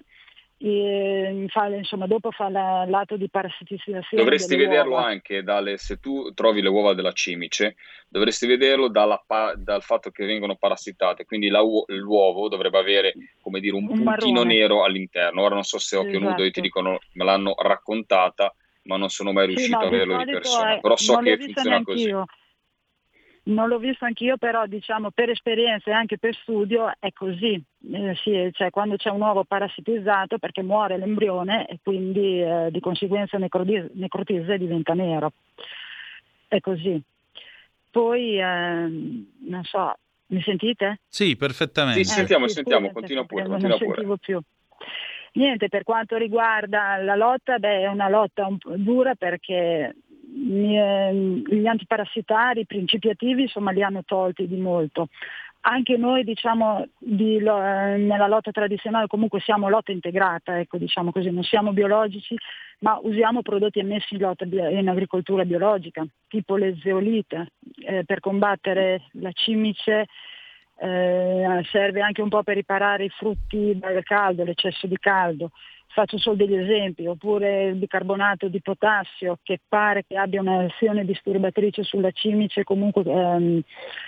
Dopo fa l'atto di parassitizzazione. Dovresti vederlo anche se tu trovi le uova della cimice, dovresti vederlo dal fatto che vengono parassitate, quindi l'uovo dovrebbe avere, come dire, un puntino nero all'interno. Ora non so se occhio nudo ti dicono, me l'hanno raccontata, ma non sono mai riuscito a vederlo di persona, però so che funziona così. Non l'ho visto anch'io, però diciamo per esperienza e anche per studio è così. Quando c'è un uovo parassitizzato, perché muore l'embrione e quindi di conseguenza necrotizza e diventa nero. È così. Poi non so, mi sentite? Sì, perfettamente. Sì, sentiamo, continua pure. Sentivo più. Niente, per quanto riguarda la lotta, è una lotta un po' dura perché gli antiparassitari, i principi attivi, insomma, li hanno tolti di molto. Anche noi, diciamo, nella lotta tradizionale comunque siamo lotta integrata, ecco, diciamo così, non siamo biologici, ma usiamo prodotti ammessi in agricoltura biologica, tipo le zeolite, per combattere la cimice, serve anche un po' per riparare i frutti dal caldo, l'eccesso di caldo. Faccio solo degli esempi, oppure il bicarbonato di potassio, che pare che abbia un'azione disturbatrice sulla cimice, comunque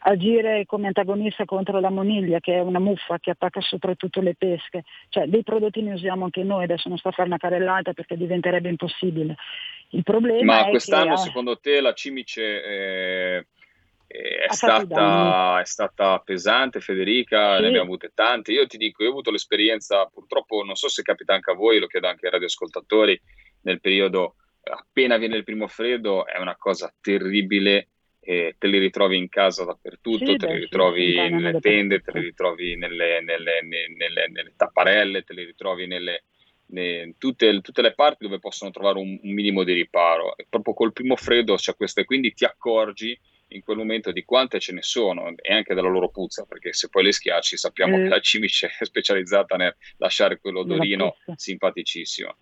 agire come antagonista contro la moniglia, che è una muffa che attacca soprattutto le pesche. Cioè dei prodotti ne usiamo anche noi, adesso non sto a fare una carrellata perché diventerebbe impossibile. Il problema Ma è quest'anno che, secondo te la cimice è stata pesante, Federica? Sì. Ne abbiamo avute tante. Io ti dico, io ho avuto l'esperienza, purtroppo non so se capita anche a voi, lo chiedo anche ai radioascoltatori, nel periodo appena viene il primo freddo è una cosa terribile, te li ritrovi in casa dappertutto, Sì, te li beh, ritrovi sì, nelle tende, te li ritrovi nelle tapparelle, te li ritrovi tutte le parti dove possono trovare un minimo di riparo. E proprio col primo freddo c'è questo, e quindi ti accorgi in quel momento di quante ce ne sono e anche della loro puzza, perché se poi le schiacci sappiamo che la cimice è specializzata nel lasciare quell'odorino simpaticissimo.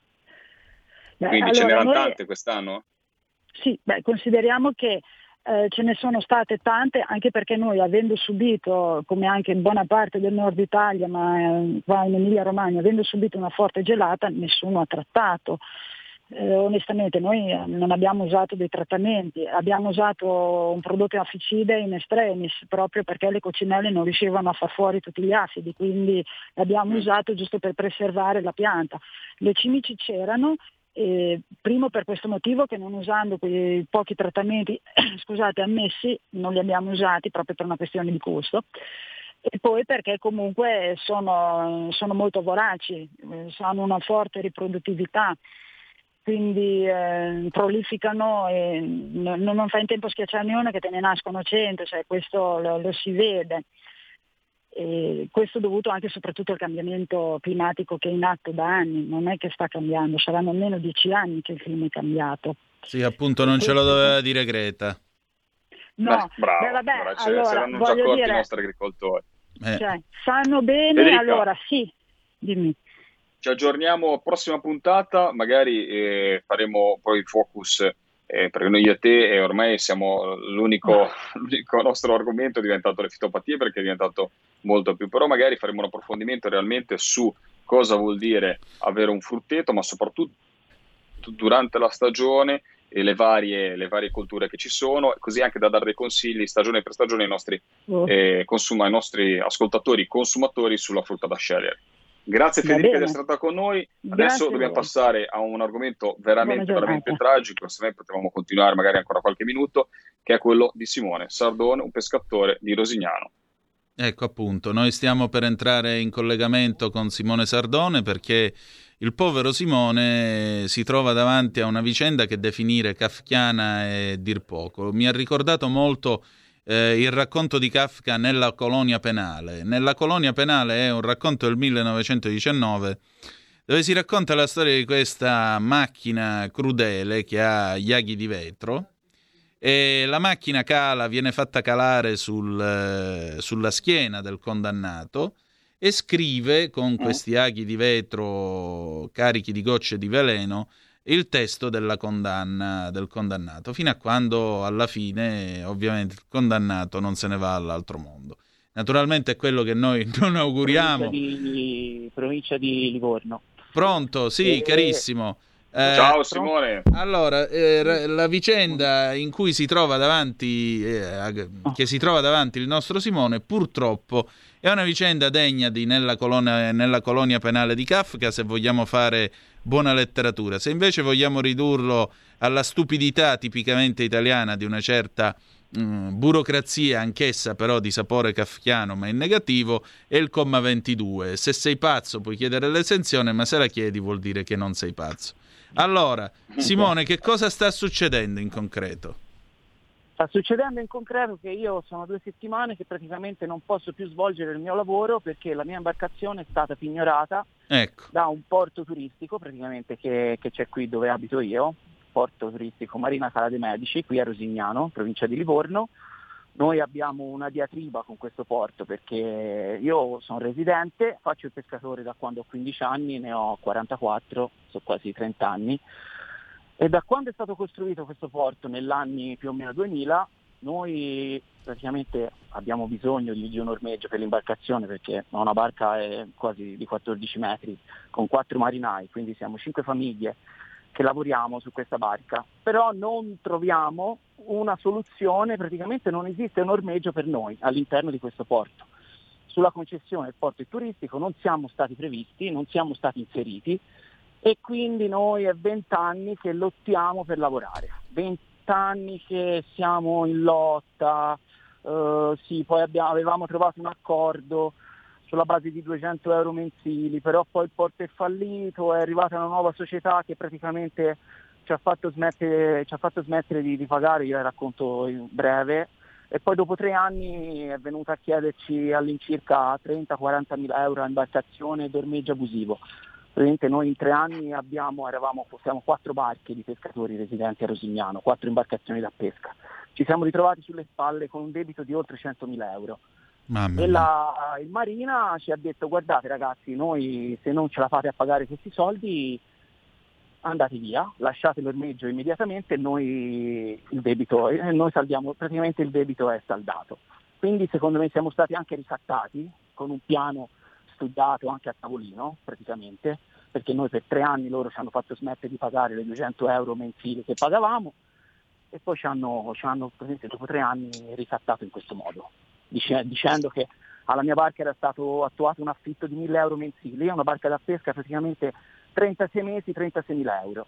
Quindi ce n'erano tante quest'anno? Sì, consideriamo che ce ne sono state tante, anche perché noi, avendo subito, come anche buona parte del nord Italia, ma qua in Emilia Romagna, avendo subito una forte gelata, nessuno ha trattato. Onestamente noi non abbiamo usato dei trattamenti, abbiamo usato un prodotto afficide in extremis proprio perché le coccinelle non riuscivano a far fuori tutti gli acidi, quindi l'abbiamo usato giusto per preservare la pianta. Le cimici c'erano, primo per questo motivo che non usando quei pochi trattamenti ammessi non li abbiamo usati proprio per una questione di costo, e poi perché comunque sono molto voraci, hanno una forte riproduttività, quindi prolificano e non fa in tempo a schiacciarne una che te ne nascono 100, cioè questo lo si vede. E questo dovuto anche e soprattutto al cambiamento climatico che è in atto da anni, non è che sta cambiando, saranno almeno 10 anni che il clima è cambiato. Sì, appunto, non ce lo doveva dire Greta. No, bravo, allora, l'hanno già accorti i nostri agricoltori. Cioè, fanno bene, Federica, allora sì, dimmi. Ci aggiorniamo prossima puntata, magari faremo poi il focus, perché noi io e te ormai siamo l'unico nostro argomento è diventato le fitopatie, perché è diventato molto più, però magari faremo un approfondimento realmente su cosa vuol dire avere un frutteto, ma soprattutto durante la stagione e le varie colture che ci sono, così anche da dare dei consigli stagione per stagione ai nostri, ai nostri ascoltatori consumatori sulla frutta da scegliere. Grazie Federica di essere stata con noi. Adesso dobbiamo passare a un argomento veramente tragico, se noi potevamo continuare magari ancora qualche minuto, che è quello di Simone Sardone, un pescatore di Rosignano. Ecco appunto, noi stiamo per entrare in collegamento con Simone Sardone perché il povero Simone si trova davanti a una vicenda che definire kafkiana è dir poco. Mi ha ricordato molto il racconto di Kafka Nella colonia penale. Nella colonia penale è un racconto del 1919 dove si racconta la storia di questa macchina crudele che ha gli aghi di vetro, e la macchina viene fatta calare sulla schiena del condannato e scrive con questi aghi di vetro carichi di gocce di veleno il testo della condanna del condannato, fino a quando alla fine ovviamente il condannato non se ne va all'altro mondo. Naturalmente è quello che noi non auguriamo. Provincia di Livorno. Pronto? Sì, carissimo. Ciao Simone. Allora, la vicenda in cui si trova davanti che si trova davanti il nostro Simone purtroppo è una vicenda degna di Nella colonia penale di Kafka, se vogliamo fare buona letteratura. Se invece vogliamo ridurlo alla stupidità tipicamente italiana di una certa burocrazia, anch'essa però di sapore kafkiano ma in negativo, è il comma 22. Se sei pazzo puoi chiedere l'esenzione, ma se la chiedi vuol dire che non sei pazzo. Allora, Simone, che cosa sta succedendo in concreto? Sta succedendo in concreto che io sono 2 settimane che praticamente non posso più svolgere il mio lavoro perché la mia imbarcazione è stata pignorata da un porto turistico praticamente che c'è qui dove abito io, porto turistico Marina Cala dei Medici, qui a Rosignano, provincia di Livorno. Noi abbiamo una diatriba con questo porto perché io sono residente, faccio il pescatore da quando ho 15 anni, ne ho 44, sono quasi 30 anni, e da quando è stato costruito questo porto, nell'anni più o meno 2000, noi praticamente abbiamo bisogno di un ormeggio per l'imbarcazione perché una barca è quasi di 14 metri, con 4 marinai, quindi siamo 5 famiglie che lavoriamo su questa barca, però non troviamo una soluzione, praticamente non esiste un ormeggio per noi all'interno di questo porto. Sulla concessione del porto turistico non siamo stati previsti, non siamo stati inseriti, e quindi noi è 20 anni che lottiamo per lavorare, 20 anni che siamo in lotta. Sì, poi avevamo trovato un accordo sulla base di 200 euro mensili, però poi il porto è fallito, è arrivata una nuova società che praticamente ci ha fatto smettere di pagare, io la racconto in breve, e poi dopo 3 anni è venuta a chiederci all'incirca 30-40 mila euro a imbarcazione ed ormeggio abusivo. Praticamente noi in 3 anni siamo 4 barche di pescatori residenti a Rosignano, 4 imbarcazioni da pesca. Ci siamo ritrovati sulle spalle con un debito di oltre 100.000 euro. Mamma E mia. il Marina ci ha detto: guardate ragazzi, noi se non ce la fate a pagare questi soldi andate via, lasciate l'ormeggio immediatamente e noi saldiamo, praticamente il debito è saldato. Quindi secondo me siamo stati anche ricattati con un piano studiato anche a tavolino praticamente, perché noi per 3 anni loro ci hanno fatto smettere di pagare le 200 euro mensili che pagavamo, e poi ci hanno dopo 3 anni ricattato in questo modo, dicendo che alla mia barca era stato attuato un affitto di 1.000 euro mensili, è una barca da pesca praticamente 36 mesi, 36.000 euro.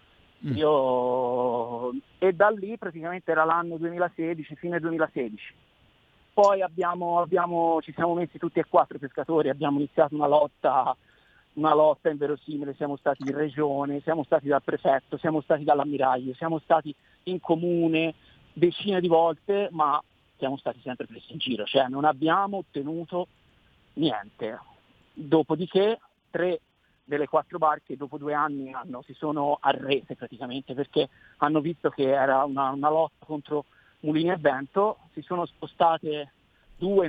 E da lì praticamente era l'anno 2016, fine 2016. Poi ci siamo messi tutti e 4 pescatori, abbiamo iniziato una lotta inverosimile, siamo stati in regione, siamo stati dal prefetto, siamo stati dall'ammiraglio, siamo stati in comune decine di volte, ma siamo stati sempre presi in giro, cioè non abbiamo ottenuto niente. Dopodiché 3 delle 4 barche dopo 2 anni si sono arrese praticamente, perché hanno visto che era una lotta contro mulini e vento, si sono spostate 2 in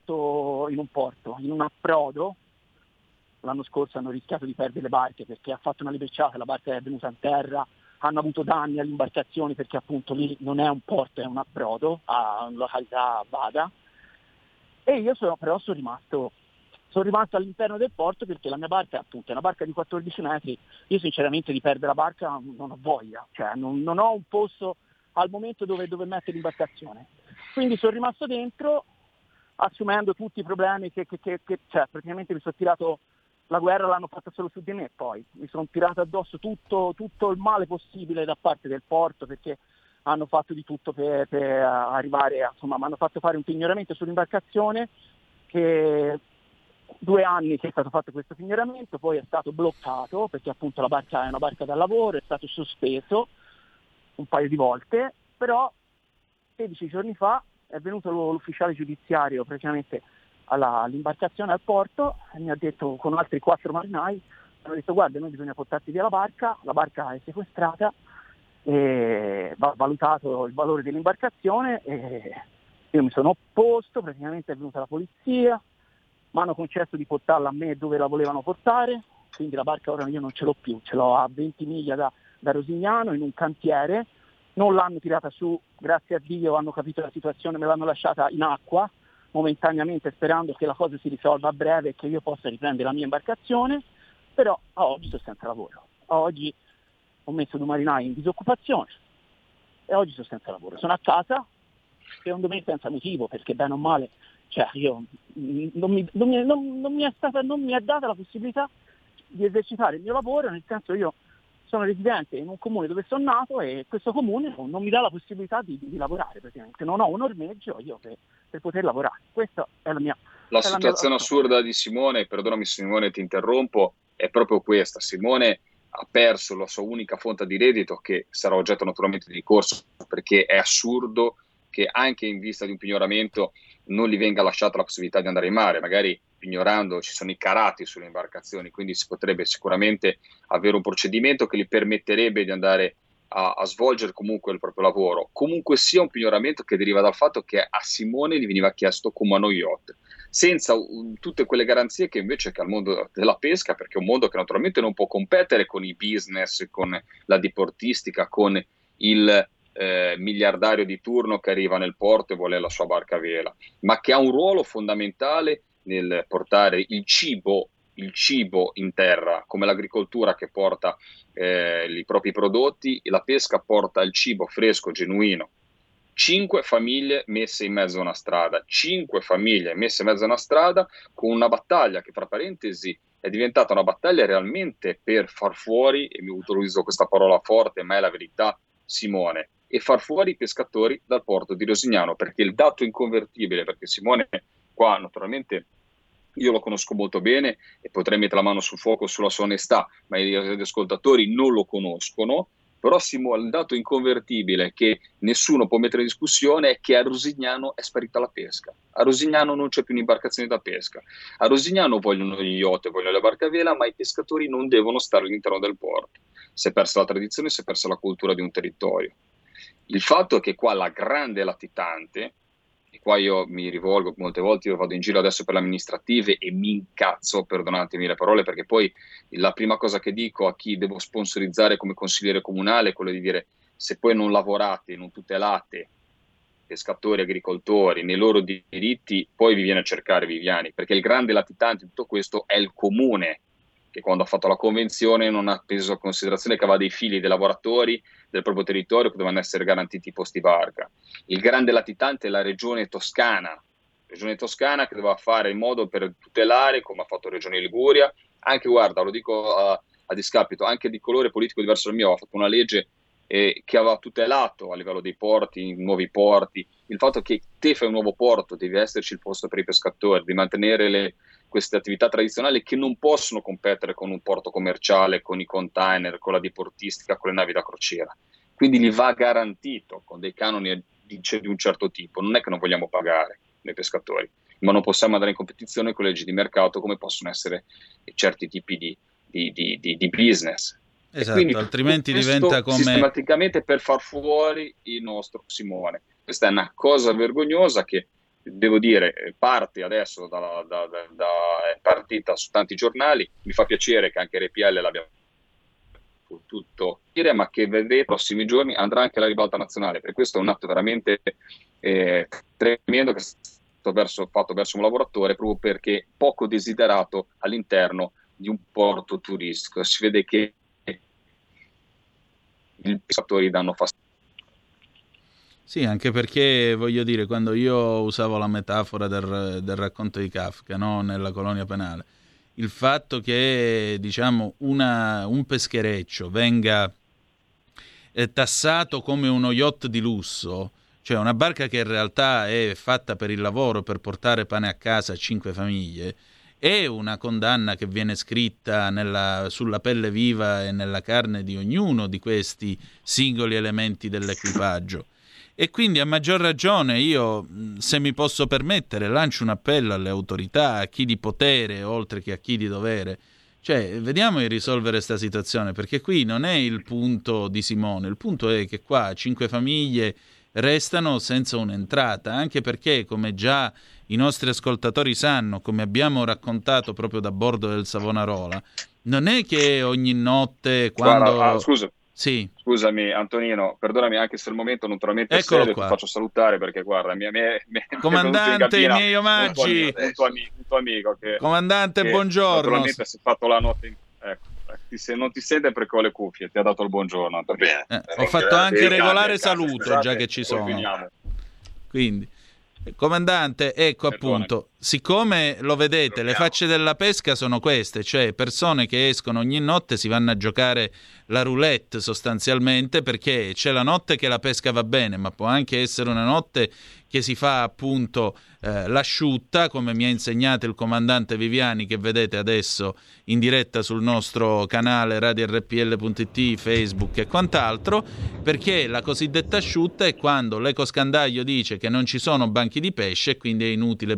un approdo. L'anno scorso hanno rischiato di perdere le barche perché ha fatto una libecciata, la barca è venuta in terra, hanno avuto danni alle imbarcazioni perché appunto lì non è un porto, è un approdo a una località vaga. E io sono rimasto all'interno del porto perché la mia barca appunto è una barca di 14 metri, io sinceramente di perdere la barca non ho voglia, cioè non ho un posto al momento dove mettere l'imbarcazione. Quindi sono rimasto dentro assumendo tutti i problemi che cioè, praticamente mi sono tirato, la guerra l'hanno fatta solo su di me, poi mi sono tirato addosso tutto il male possibile da parte del porto, perché hanno fatto di tutto per arrivare, insomma, mi hanno fatto fare un pignoramento sull'imbarcazione che 2 anni che è stato fatto questo pignoramento, poi è stato bloccato perché appunto la barca è una barca da lavoro, è stato sospeso un paio di volte, però 16 giorni fa è venuto l'ufficiale giudiziario praticamente all'imbarcazione al porto e mi ha detto, con altri 4 marinai, hanno detto: guarda, noi bisogna portarti via la barca è sequestrata, e va valutato il valore dell'imbarcazione, e io mi sono opposto, praticamente è venuta la polizia, mi hanno concesso di portarla a me dove la volevano portare, quindi la barca ora io non ce l'ho più, ce l'ho a 20 miglia da Rosignano in un cantiere, non l'hanno tirata su, grazie a Dio hanno capito la situazione, me l'hanno lasciata in acqua momentaneamente sperando che la cosa si risolva a breve e che io possa riprendere la mia imbarcazione, però a oggi sono senza lavoro, a oggi ho messo 2 marinai in disoccupazione e oggi sono senza lavoro, sono a casa, secondo me senza motivo, perché bene o male, cioè io non mi è data la possibilità di esercitare il mio lavoro, nel senso io sono residente in un comune dove sono nato e questo comune non mi dà la possibilità di lavorare praticamente, non ho un ormeggio io per poter lavorare. Questa è la mia... La situazione assurda di Simone, perdonami Simone ti interrompo, è proprio questa. Simone ha perso la sua unica fonte di reddito, che sarà oggetto naturalmente di ricorso, perché è assurdo che anche in vista di un pignoramento non gli venga lasciata la possibilità di andare in mare. Magari pignorando ci sono i carati sulle imbarcazioni, quindi si potrebbe sicuramente avere un procedimento che gli permetterebbe di andare a svolgere comunque il proprio lavoro. Comunque sia un pignoramento che deriva dal fatto che a Simone gli veniva chiesto come a uno yacht, senza tutte quelle garanzie che invece che al mondo della pesca, perché è un mondo che naturalmente non può competere con i business, con la diportistica, con il miliardario di turno che arriva nel porto e vuole la sua barca a vela, ma che ha un ruolo fondamentale nel portare il cibo in terra, come l'agricoltura che porta i propri prodotti, e la pesca porta il cibo fresco, genuino, 5 famiglie messe in mezzo a una strada, 5 famiglie messe in mezzo a una strada con una battaglia che, fra parentesi, è diventata una battaglia realmente per far fuori, e mi utilizzo questa parola forte ma è la verità, Simone, e far fuori i pescatori dal porto di Rosignano, perché il dato inconvertibile, perché Simone qua naturalmente io lo conosco molto bene e potrei mettere la mano sul fuoco sulla sua onestà, ma gli ascoltatori non lo conoscono. Però il dato inconvertibile che nessuno può mettere in discussione è che a Rosignano è sparita la pesca. A Rosignano non c'è più un'imbarcazione da pesca. A Rosignano vogliono gli yacht, vogliono la barca a vela, ma i pescatori non devono stare all'interno del porto. Si è persa la tradizione, si è persa la cultura di un territorio. Il fatto è che qua la grande latitante, e qua io mi rivolgo molte volte, io vado in giro adesso per le amministrative e mi incazzo, perdonatemi le parole, perché poi la prima cosa che dico a chi devo sponsorizzare come consigliere comunale è quello di dire: se poi non lavorate, non tutelate pescatori, agricoltori nei loro diritti, poi vi viene a cercare Viviani, perché il grande latitante di tutto questo è il comune, che quando ha fatto la convenzione non ha preso in considerazione che aveva dei figli, dei lavoratori del proprio territorio che dovevano essere garantiti i posti barca. Il grande latitante è la regione Toscana che doveva fare in modo per tutelare, come ha fatto Regione Liguria, anche, guarda, lo dico a discapito anche di colore politico diverso dal mio, ha fatto una legge che aveva tutelato a livello dei porti, nuovi porti, il fatto che te fai un nuovo porto, deve esserci il posto per i pescatori, di mantenere queste attività tradizionali che non possono competere con un porto commerciale, con i container, con la diportistica, con le navi da crociera. Quindi gli va garantito con dei canoni di un certo tipo. Non è che non vogliamo pagare noi pescatori, ma non possiamo andare in competizione con le leggi di mercato come possono essere certi tipi di business. Esatto, altrimenti diventa come sistematicamente per far fuori il nostro Simone. Questa è una cosa vergognosa che, devo dire, parte adesso è partita su tanti giornali. Mi fa piacere che anche RPL l'abbia potuto dire, ma che vedrete nei prossimi giorni andrà anche alla ribalta nazionale, perché questo è un atto veramente tremendo che è stato fatto verso un lavoratore, proprio perché poco desiderato all'interno di un porto turistico. Si vede che i pescatori danno fastidio. Sì, anche perché, voglio dire, quando io usavo la metafora del racconto di Kafka, no? Nella colonia penale, il fatto che, diciamo, un peschereccio venga tassato come uno yacht di lusso, cioè una barca che in realtà è fatta per il lavoro, per portare pane a casa a 5 famiglie, è una condanna che viene scritta sulla pelle viva e nella carne di ognuno di questi singoli elementi dell'equipaggio. E quindi a maggior ragione io, se mi posso permettere, lancio un appello alle autorità, a chi di potere oltre che a chi di dovere. Cioè, vediamo di risolvere questa situazione, perché qui non è il punto di Simone, il punto è che qua 5 famiglie restano senza un'entrata, anche perché, come già i nostri ascoltatori sanno, come abbiamo raccontato proprio da bordo del Savonarola, non è che ogni notte quando... Guarda, scusa. Sì. Scusami Antonino, perdonami anche se al momento naturalmente serio, ti faccio salutare perché guarda, comandante, i miei omaggi, un tuo amico che, comandante, che buongiorno. Naturalmente si è fatto la notte se non ti sente perché ho le cuffie, ti ha dato il buongiorno. Bene. Ho fatto anche regolare saluto, già che ci sono. Quindi, comandante, ecco appunto, siccome lo vedete, le facce della pesca sono queste, cioè persone che escono ogni notte, si vanno a giocare la roulette sostanzialmente, perché c'è la notte che la pesca va bene, ma può anche essere una notte che si fa appunto l'asciutta, come mi ha insegnato il comandante Viviani, che vedete adesso in diretta sul nostro canale radiorpl.it, Facebook e quant'altro, perché la cosiddetta asciutta è quando l'ecoscandaglio dice che non ci sono banchi di pesce e quindi è inutile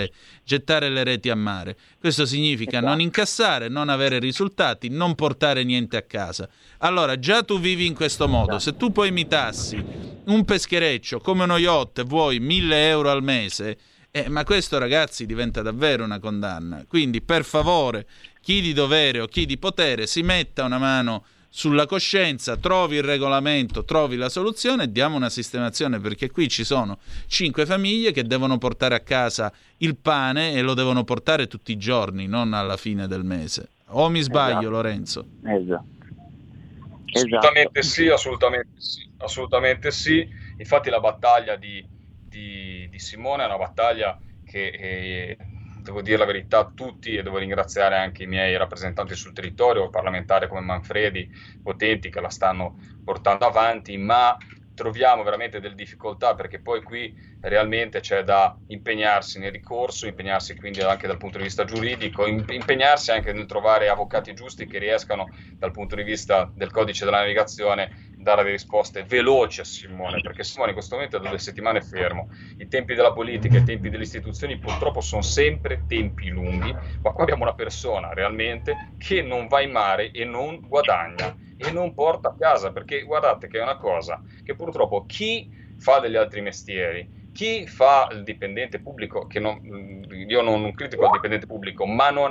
gettare le reti a mare. Questo significa non incassare, non avere risultati, non portare niente a casa. Allora, già tu vivi in questo modo, se tu poi mi tassi un peschereccio come uno yacht, vuoi 1.000 euro al mese, ma questo, ragazzi, diventa davvero una condanna. Quindi, per favore, chi di dovere o chi di potere si metta una mano sulla coscienza, trovi il regolamento, trovi la soluzione e diamo una sistemazione, perché qui ci sono 5 famiglie che devono portare a casa il pane e lo devono portare tutti i giorni, non alla fine del mese. O mi sbaglio, esatto. Lorenzo? Esatto. Assolutamente sì. Infatti la battaglia di Simone è una battaglia che devo dire la verità, tutti, e devo ringraziare anche i miei rappresentanti sul territorio, parlamentari come Manfredi, Potenti, che la stanno portando avanti, ma troviamo veramente delle difficoltà, perché poi qui realmente c'è da impegnarsi nel ricorso, impegnarsi quindi anche dal punto di vista giuridico, impegnarsi anche nel trovare avvocati giusti che riescano dal punto di vista del codice della navigazione dare delle risposte veloci a Simone, perché Simone in questo momento è da 2 settimane fermo. I tempi della politica, i tempi delle istituzioni purtroppo sono sempre tempi lunghi, ma qua abbiamo una persona realmente che non va in mare e non guadagna e non porta a casa, perché guardate che è una cosa che purtroppo chi fa degli altri mestieri, chi fa il dipendente pubblico, che io non critico il dipendente pubblico, ma non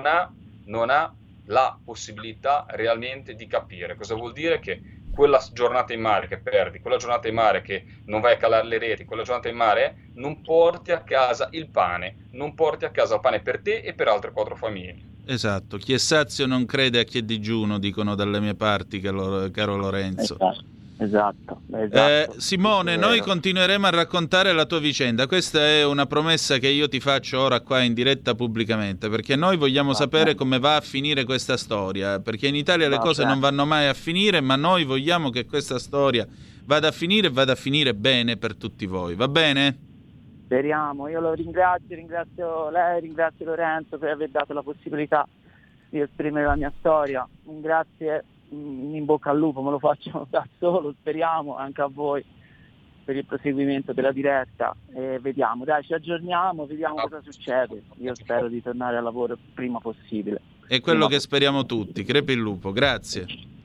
ha la possibilità realmente di capire cosa vuol dire che quella giornata in mare che perdi, quella giornata in mare che non vai a calare le reti, quella giornata in mare non porti a casa il pane, non porti a casa il pane per te e per altre 4 famiglie. Esatto, chi è sazio non crede a chi è digiuno, dicono dalle mie parti, caro Lorenzo. Esatto. Simone, noi continueremo a raccontare la tua vicenda. Questa è una promessa che io ti faccio ora qua in diretta pubblicamente, perché noi vogliamo sapere come va a finire questa storia, perché in Italia le cose non vanno mai a finire, ma noi vogliamo che questa storia vada a finire bene per tutti voi. Va bene? Speriamo. Io lo ringrazio lei, ringrazio Lorenzo per aver dato la possibilità di esprimere la mia storia. Un grazie in bocca al lupo, me lo faccio da solo, speriamo, anche a voi per il proseguimento della diretta, e vediamo, dai, ci aggiorniamo, vediamo cosa succede. Io spero di tornare al lavoro il prima possibile. È quello che speriamo tutti. Crepi il lupo, grazie.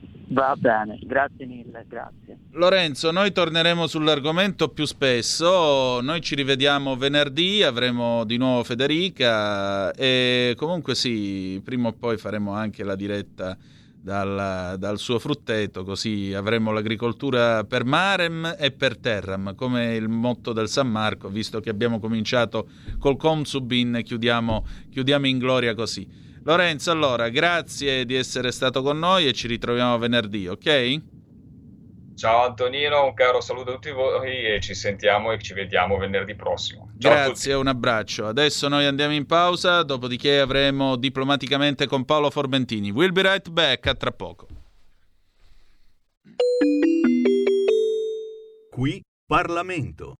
Va bene, grazie mille, grazie. Lorenzo, noi torneremo sull'argomento più spesso, noi ci rivediamo venerdì, avremo di nuovo Federica e comunque sì, prima o poi faremo anche la diretta dal suo frutteto, così avremo l'agricoltura per marem e per terram, come il motto del San Marco, visto che abbiamo cominciato col Consubin, chiudiamo in gloria così. Lorenzo, allora, grazie di essere stato con noi e ci ritroviamo venerdì, ok? Ciao Antonino, un caro saluto a tutti voi e ci sentiamo e ci vediamo venerdì prossimo. Ciao Grazie, un abbraccio. Adesso noi andiamo in pausa, dopodiché avremo Diplomaticamente con Paolo Formentini. We'll be right back, a tra poco. Qui Parlamento.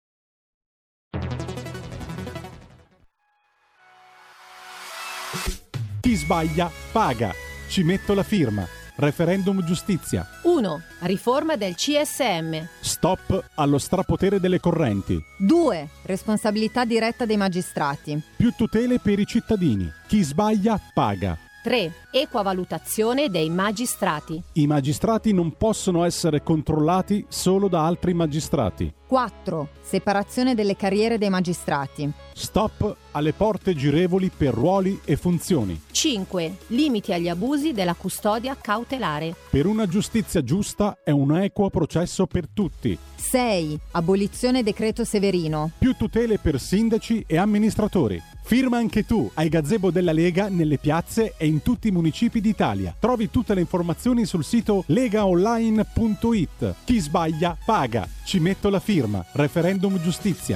Chi sbaglia paga. Ci metto la firma. Referendum giustizia. 1. Riforma del CSM. Stop allo strapotere delle correnti. 2. Responsabilità diretta dei magistrati. Più tutele per i cittadini. Chi sbaglia paga. 3. Equa valutazione dei magistrati. I magistrati non possono essere controllati solo da altri magistrati. 4. Separazione delle carriere dei magistrati. Stop alle porte girevoli per ruoli e funzioni. 5. Limiti agli abusi della custodia cautelare. Per una giustizia giusta è un equo processo per tutti. 6. Abolizione decreto Severino. Più tutele per sindaci e amministratori. Firma anche tu ai gazebo della Lega nelle piazze e in tutti i municipi d'Italia. Trovi tutte le informazioni sul sito legaonline.it. Chi sbaglia paga. Ci metto la firma. Referendum giustizia.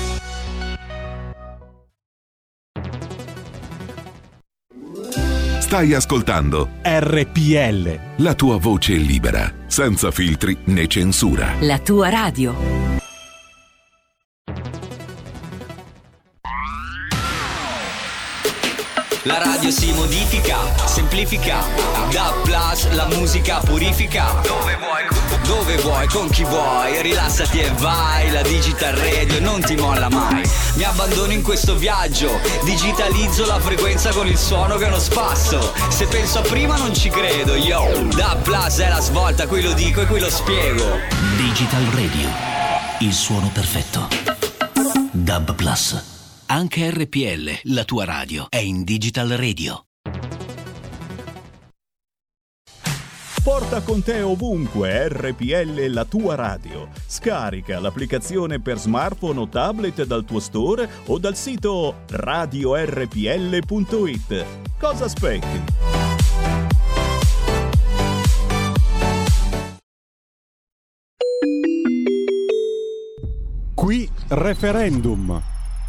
Stai ascoltando RPL. La tua voce libera, senza filtri né censura. La tua radio. La radio si modifica, semplifica, da plus la musica purifica. Dove vuoi, con chi vuoi, rilassati e vai. La Digital Radio non ti molla mai. Mi abbandono in questo viaggio, digitalizzo la frequenza con il suono che è uno spasso. Se penso a prima non ci credo, yo. Da plus è la svolta, qui lo dico e qui lo spiego. Digital Radio, il suono perfetto. DAB Plus. Anche RPL, la tua radio, è in Digital Radio. Porta con te ovunque RPL, la tua radio. Scarica l'applicazione per smartphone o tablet dal tuo store o dal sito radiorpl.it. Cosa aspetti? Referendum.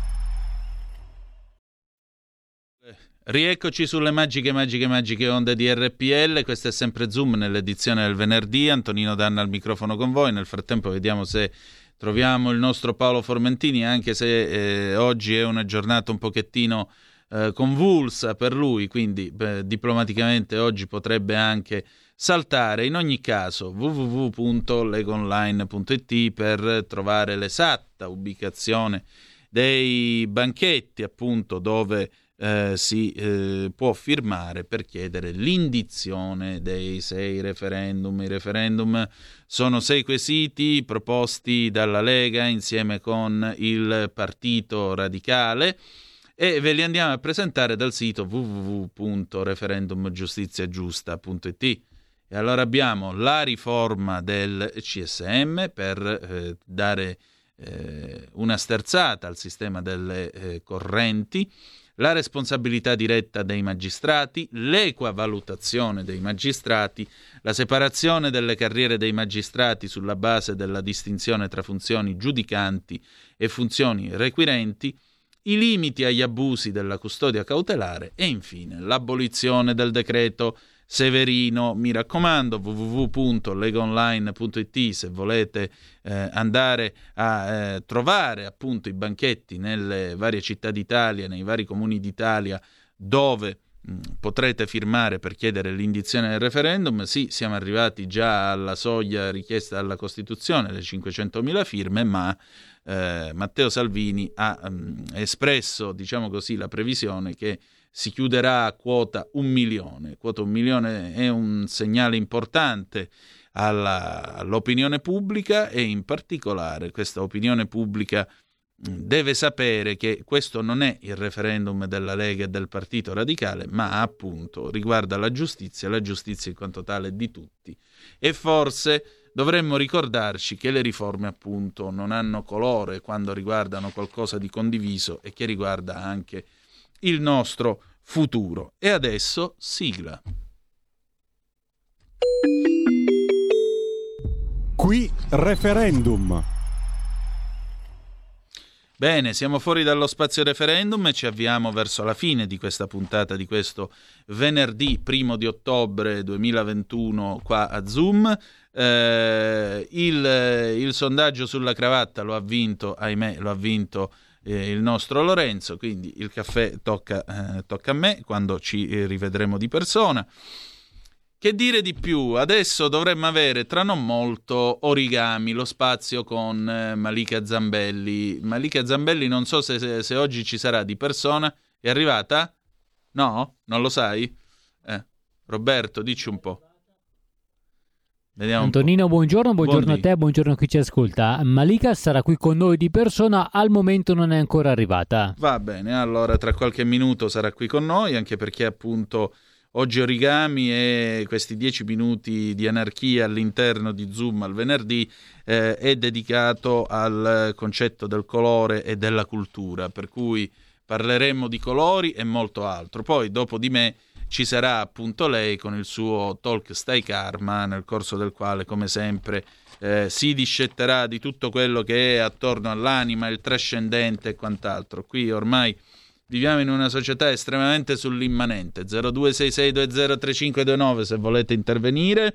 Rieccoci sulle magiche onde di RPL. Questo è sempre Zoom nell'edizione del venerdì. Antonino Danna al microfono con voi. Nel frattempo vediamo se troviamo il nostro Paolo Formentini, anche se oggi è una giornata un pochettino convulsa per lui, quindi diplomaticamente oggi potrebbe anche saltare. In ogni caso www.legonline.it per trovare l'esatta ubicazione dei banchetti, appunto, dove si può firmare per chiedere l'indizione dei 6 referendum. I referendum sono 6 quesiti proposti dalla Lega insieme con il Partito Radicale e ve li andiamo a presentare dal sito www.referendumgiustiziagiusta.it. E allora abbiamo la riforma del CSM per dare una sterzata al sistema delle correnti, la responsabilità diretta dei magistrati, l'equa valutazione dei magistrati, la separazione delle carriere dei magistrati sulla base della distinzione tra funzioni giudicanti e funzioni requirenti, i limiti agli abusi della custodia cautelare e infine l'abolizione del decreto Severino. Mi raccomando, www.legonline.it se volete andare a trovare appunto i banchetti nelle varie città d'Italia, nei vari comuni d'Italia dove potrete firmare per chiedere l'indizione del referendum. Sì, siamo arrivati già alla soglia richiesta dalla Costituzione, le 500.000 firme, ma Matteo Salvini ha espresso, diciamo così, la previsione che si chiuderà a quota 1 milione. Quota 1 milione è un segnale importante all'opinione pubblica e in particolare questa opinione pubblica deve sapere che questo non è il referendum della Lega e del Partito Radicale, ma appunto riguarda la giustizia in quanto tale di tutti. E forse dovremmo ricordarci che le riforme appunto non hanno colore quando riguardano qualcosa di condiviso e che riguarda anche il nostro futuro. E adesso sigla. Qui referendum. Bene, siamo fuori dallo spazio referendum e ci avviamo verso la fine di questa puntata di questo venerdì 1 di ottobre 2021 qua a Zoom. Il sondaggio sulla cravatta lo ha vinto, ahimè, il nostro Lorenzo, quindi il caffè tocca a me quando ci rivedremo di persona. Che dire di più? Adesso dovremmo avere tra non molto Origami, lo spazio con Malika Zambelli. Malika Zambelli non so se oggi ci sarà di persona. È arrivata? No? Non lo sai? Roberto, dici un po'. Vediamo Antonino, buongiorno a te, buongiorno a chi ci ascolta. Malika sarà qui con noi di persona, al momento non è ancora arrivata. Va bene, allora tra qualche minuto sarà qui con noi, anche perché appunto oggi Origami e questi 10 minuti di anarchia all'interno di Zoom al venerdì è dedicato al concetto del colore e della cultura, per cui parleremo di colori e molto altro. Poi dopo di me ci sarà appunto lei con il suo talk Stai Karma, nel corso del quale, come sempre, si discetterà di tutto quello che è attorno all'anima, il trascendente e quant'altro. Qui ormai viviamo in una società estremamente sull'immanente. 0266203529 se volete intervenire,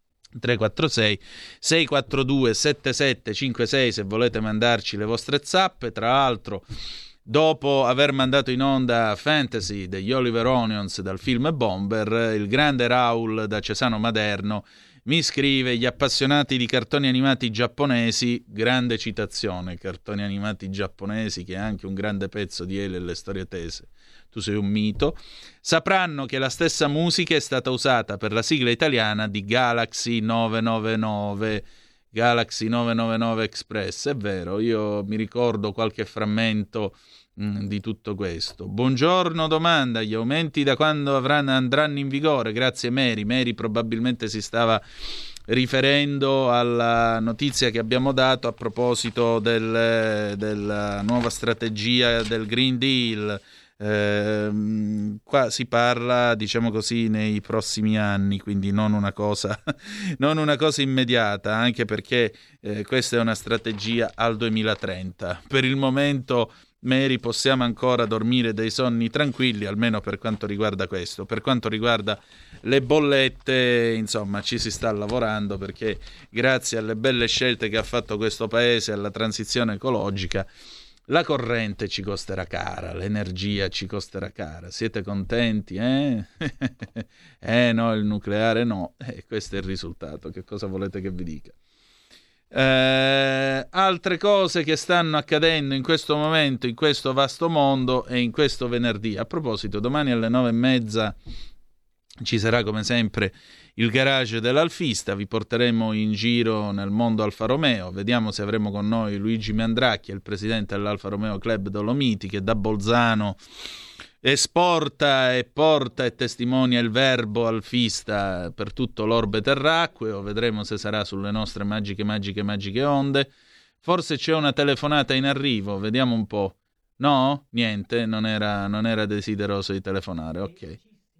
346 642 7756 se volete mandarci le vostre zappe. Tra l'altro, dopo aver mandato in onda Fantasy degli Oliver Onions dal film Bomber, il grande Raul da Cesano Maderno mi scrive: gli appassionati di cartoni animati giapponesi, grande citazione, cartoni animati giapponesi, che è anche un grande pezzo di Ele e le storie tese, tu sei un mito, sapranno che la stessa musica è stata usata per la sigla italiana di Galaxy 999 Express. È vero, io mi ricordo qualche frammento di tutto questo. Buongiorno, domanda: gli aumenti da quando andranno in vigore? Grazie Mary probabilmente si stava riferendo alla notizia che abbiamo dato a proposito della nuova strategia del Green Deal. Qua si parla, diciamo così, nei prossimi anni, quindi non una cosa immediata, anche perché questa è una strategia al 2030. Per il momento, Mary, possiamo ancora dormire dei sonni tranquilli, almeno per quanto riguarda questo. Per quanto riguarda le bollette, insomma, ci si sta lavorando, perché grazie alle belle scelte che ha fatto questo paese, alla transizione ecologica, la corrente ci costerà cara, l'energia ci costerà cara. Siete contenti, eh? No, il nucleare no. Questo è il risultato. Che cosa volete che vi dica? Altre cose che stanno accadendo in questo momento, in questo vasto mondo e in questo venerdì. A proposito, domani alle 9:30 ci sarà come sempre il garage dell'Alfista, vi porteremo in giro nel mondo Alfa Romeo, vediamo se avremo con noi Luigi Mandracchia, il presidente dell'Alfa Romeo Club Dolomiti, che da Bolzano esporta e porta e testimonia il verbo alfista per tutto l'orbe terracqueo. Vedremo se sarà sulle nostre magiche onde. Forse c'è una telefonata in arrivo, vediamo un po'. No? Niente, non era desideroso di telefonare, ok.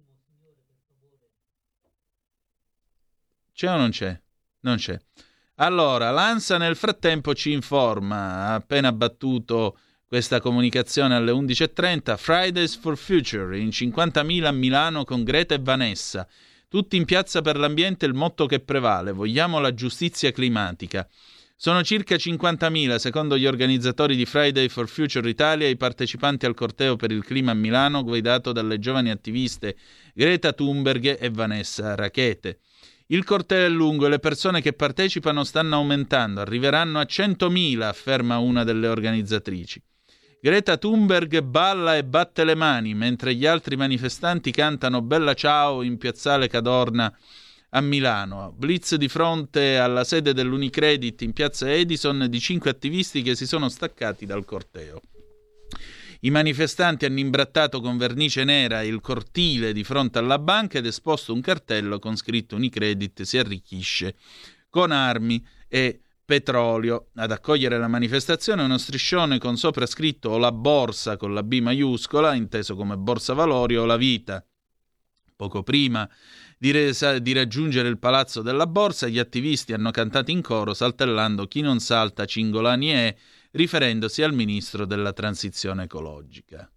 C'è o non c'è? Non c'è. Allora, l'ANSA nel frattempo ci informa, ha appena battuto questa comunicazione alle 11:30, Fridays for Future, in 50.000 a Milano con Greta e Vanessa. Tutti in piazza per l'ambiente, il motto che prevale, vogliamo la giustizia climatica. Sono circa 50.000, secondo gli organizzatori di Friday for Future Italia, i partecipanti al corteo per il clima a Milano, guidato dalle giovani attiviste Greta Thunberg e Vanessa Rachete. Il corteo è lungo e le persone che partecipano stanno aumentando, arriveranno a 100.000, afferma una delle organizzatrici. Greta Thunberg balla e batte le mani, mentre gli altri manifestanti cantano Bella Ciao in piazzale Cadorna a Milano. Blitz di fronte alla sede dell'Unicredit in piazza Edison di 5 attivisti che si sono staccati dal corteo. I manifestanti hanno imbrattato con vernice nera il cortile di fronte alla banca ed esposto un cartello con scritto Unicredit si arricchisce con armi e petrolio. Ad accogliere la manifestazione uno striscione con sopra scritto o la borsa con la B maiuscola, inteso come borsa valori, o la vita. Poco prima di raggiungere il palazzo della borsa, gli attivisti hanno cantato in coro saltellando chi non salta Cingolani è, riferendosi al ministro della transizione ecologica.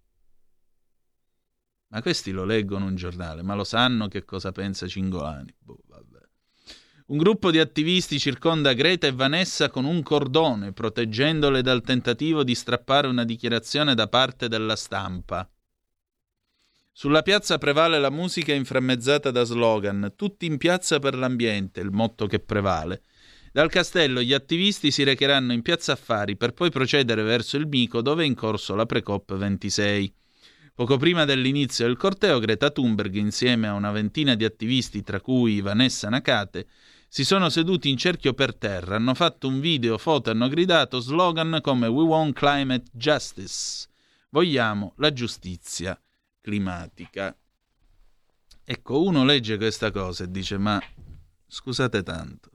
Ma questi lo leggono un giornale, ma lo sanno che cosa pensa Cingolani? Vabbè. Un gruppo di attivisti circonda Greta e Vanessa con un cordone, proteggendole dal tentativo di strappare una dichiarazione da parte della stampa. Sulla piazza prevale la musica inframmezzata da slogan «Tutti in piazza per l'ambiente», il motto che prevale. Dal castello gli attivisti si recheranno in piazza Affari per poi procedere verso il Mico, dove è in corso la Pre-COP 26. Poco prima dell'inizio del corteo, Greta Thunberg, insieme a una ventina di attivisti, tra cui Vanessa Nakate, si sono seduti in cerchio per terra, hanno fatto un video, foto e hanno gridato slogan come «We want climate justice», vogliamo la giustizia climatica. Ecco, uno legge questa cosa e dice ma scusate tanto,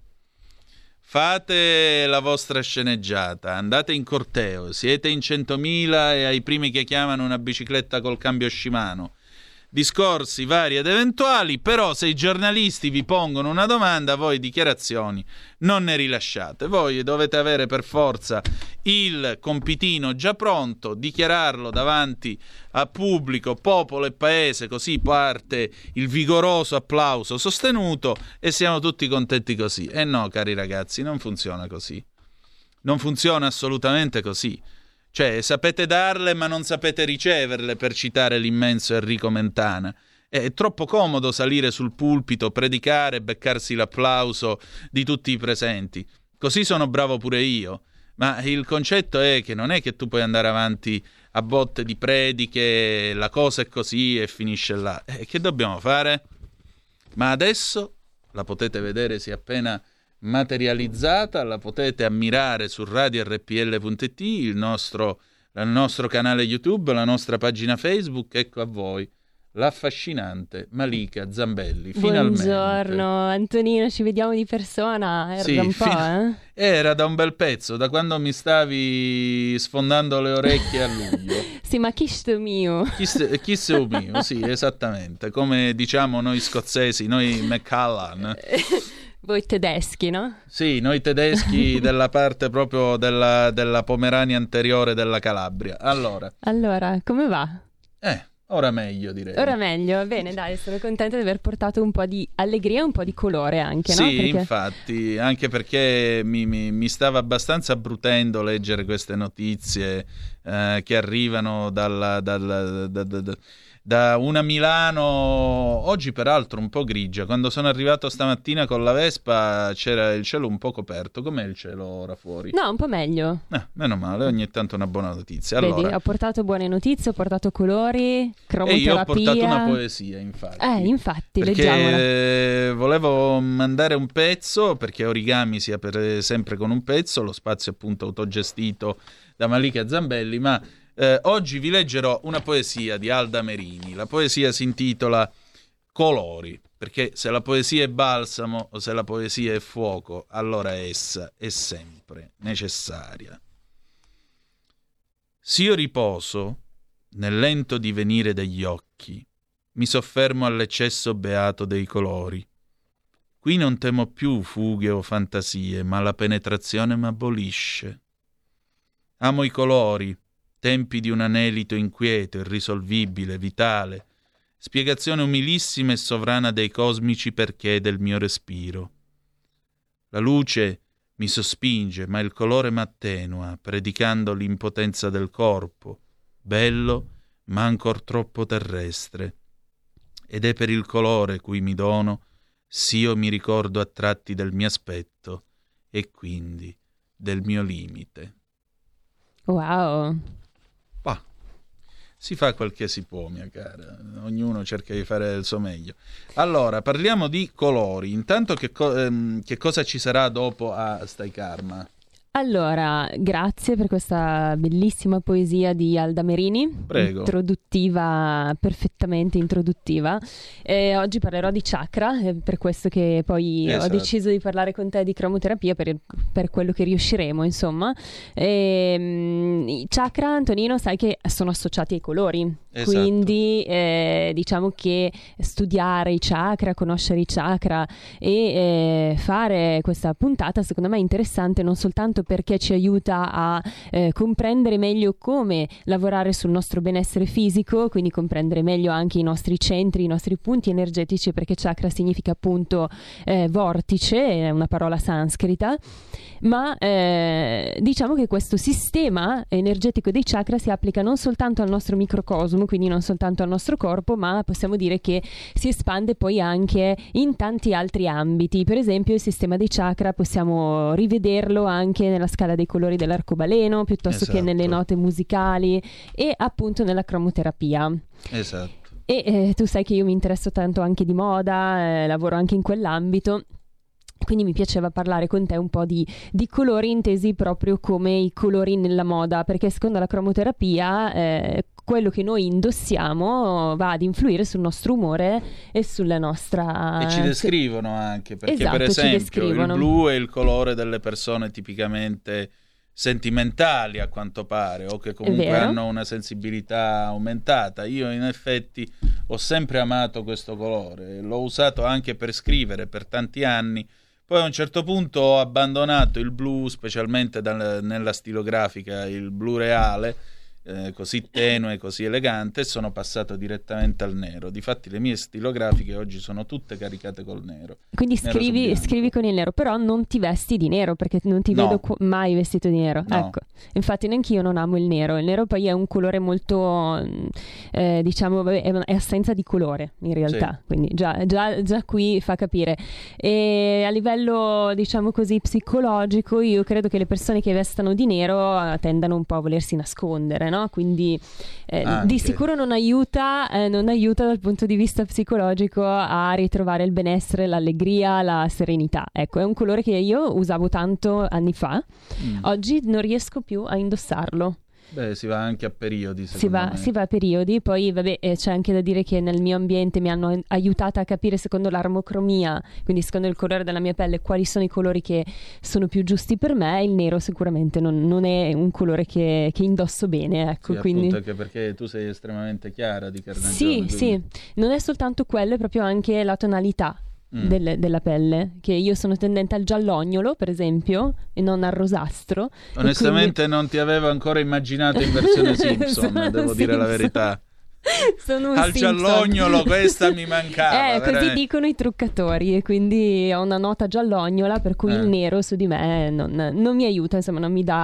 fate la vostra sceneggiata, andate in corteo, siete in 100.000 e ai primi che chiamano una bicicletta col cambio Shimano, discorsi vari ed eventuali, però se i giornalisti vi pongono una domanda, voi dichiarazioni non ne rilasciate. Voi dovete avere per forza il compitino già pronto, dichiararlo davanti a pubblico, popolo e paese, così parte il vigoroso applauso sostenuto e siamo tutti contenti così. E no, cari ragazzi, non funziona così. Non funziona assolutamente così. Cioè, sapete darle ma non sapete riceverle, per citare l'immenso Enrico Mentana. È troppo comodo salire sul pulpito, predicare, beccarsi l'applauso di tutti i presenti. Così sono bravo pure io. Ma il concetto è che non è che tu puoi andare avanti a botte di prediche, la cosa è così e finisce là. Che dobbiamo fare? Ma adesso la potete vedere, si è appena materializzata, la potete ammirare su radiorpl.it, il nostro canale YouTube, la nostra pagina Facebook. Ecco a voi l'affascinante Malika Zambelli. Finalmente. Buongiorno Antonino, ci vediamo di persona. Era da un po', Era da un bel pezzo, da quando mi stavi sfondando le orecchie a luglio. Sì, ma chi sto mio? Chi sei mio, sì, esattamente. Come diciamo noi scozzesi, noi Macallan. Voi tedeschi, no? Sì, noi tedeschi della parte proprio della Pomerania anteriore della Calabria. Allora, come va? Ora meglio, direi. Ora meglio, bene, dai, sono contenta di aver portato un po' di allegria e un po' di colore anche, no? Sì, perché... infatti, anche perché mi stava abbastanza brutendo leggere queste notizie che arrivano da una Milano, oggi peraltro un po' grigia. Quando sono arrivato stamattina con la Vespa c'era il cielo un po' coperto. Com'è il cielo ora fuori? No, un po' meglio. Meno male, ogni tanto una buona notizia. Vedi, allora, ho portato buone notizie, ho portato colori, cromoterapia. E io ho portato una poesia, infatti. Infatti, perché leggiamola. Volevo mandare un pezzo, perché Origami si apre sempre con un pezzo, lo spazio appunto autogestito da Malika Zambelli, ma oggi vi leggerò una poesia di Alda Merini. La poesia si intitola Colori, perché se la poesia è balsamo o se la poesia è fuoco, allora essa è sempre necessaria. S'io riposo nel lento divenire degli occhi, mi soffermo all'eccesso beato dei colori. Qui non temo più fughe o fantasie, ma la penetrazione m'abolisce. Amo i colori, tempi di un anelito inquieto, irrisolvibile, vitale, spiegazione umilissima e sovrana dei cosmici perché del mio respiro. La luce mi sospinge, ma il colore m'attenua, predicando l'impotenza del corpo, bello ma ancor troppo terrestre. Ed è per il colore cui mi dono, s'io mi ricordo a tratti del mio aspetto e quindi del mio limite. Wow! Si fa quel che si può, mia cara. Ognuno cerca di fare il suo meglio. Allora, parliamo di colori. Intanto che cosa ci sarà dopo a Stai Karma? Allora, grazie per questa bellissima poesia di Alda Merini. Prego. Introduttiva, perfettamente introduttiva. Oggi parlerò di chakra, per questo che poi ho deciso di parlare con te di cromoterapia per quello che riusciremo, insomma. I chakra, Antonino, sai che sono associati ai colori. Esatto. Quindi diciamo che studiare i chakra, conoscere i chakra e fare questa puntata secondo me è interessante non soltanto perché ci aiuta a comprendere meglio come lavorare sul nostro benessere fisico, quindi comprendere meglio anche i nostri centri, i nostri punti energetici, perché chakra significa appunto vortice, è una parola sanscrita, ma diciamo che questo sistema energetico dei chakra si applica non soltanto al nostro microcosmo, quindi non soltanto al nostro corpo, ma possiamo dire che si espande poi anche in tanti altri ambiti. Per esempio il sistema dei chakra possiamo rivederlo anche nella scala dei colori dell'arcobaleno, piuttosto che nelle note musicali e appunto nella cromoterapia. Esatto. E tu sai che io mi interesso tanto anche di moda, lavoro anche in quell'ambito. Quindi mi piaceva parlare con te un po' di colori intesi proprio come i colori nella moda, perché secondo la cromoterapia quello che noi indossiamo va ad influire sul nostro umore e sulla nostra... E ci descrivono anche, perché esatto, per esempio il blu è il colore delle persone tipicamente sentimentali, a quanto pare, o che comunque hanno una sensibilità aumentata. Io in effetti ho sempre amato questo colore, l'ho usato anche per scrivere per tanti anni. Poi a un certo punto ho abbandonato il blu, specialmente nella stilografica, il blu reale, così tenue, così elegante, e sono passato direttamente al nero. Difatti le mie stilografiche oggi sono tutte caricate col nero. Quindi scrivi con il nero, però non ti vesti di nero, perché non ti vedo mai vestito di nero. No. Ecco, infatti neanch'io non amo il nero. Il nero poi è un colore molto diciamo, è assenza di colore in realtà, sì. Quindi già qui fa capire. E a livello, diciamo così, psicologico, io credo che le persone che vestano di nero tendano un po' a volersi nascondere, no? Quindi di sicuro non aiuta dal punto di vista psicologico a ritrovare il benessere, l'allegria, la serenità. Ecco, è un colore che io usavo tanto anni fa. Oggi non riesco più a indossarlo. Beh, si va anche a periodi, secondo me. Si va a periodi, poi vabbè, c'è anche da dire che nel mio ambiente mi hanno aiutata a capire, secondo l'armocromia, quindi secondo il colore della mia pelle, quali sono i colori che sono più giusti per me. Il nero sicuramente non è un colore che indosso bene, ecco. Sì, quindi... appunto, anche perché tu sei estremamente chiara di carnagione. Sì, sì, non è soltanto quello, è proprio anche la tonalità della pelle, che io sono tendente al giallognolo, per esempio, e non al rosastro. Onestamente non ti avevo ancora immaginato in versione Simpson, devo dire la verità. Sono un al Simpson. Giallognolo questa mi mancava. Così dicono i truccatori, e quindi ho una nota giallognola, per cui il nero su di me non mi aiuta, insomma, non mi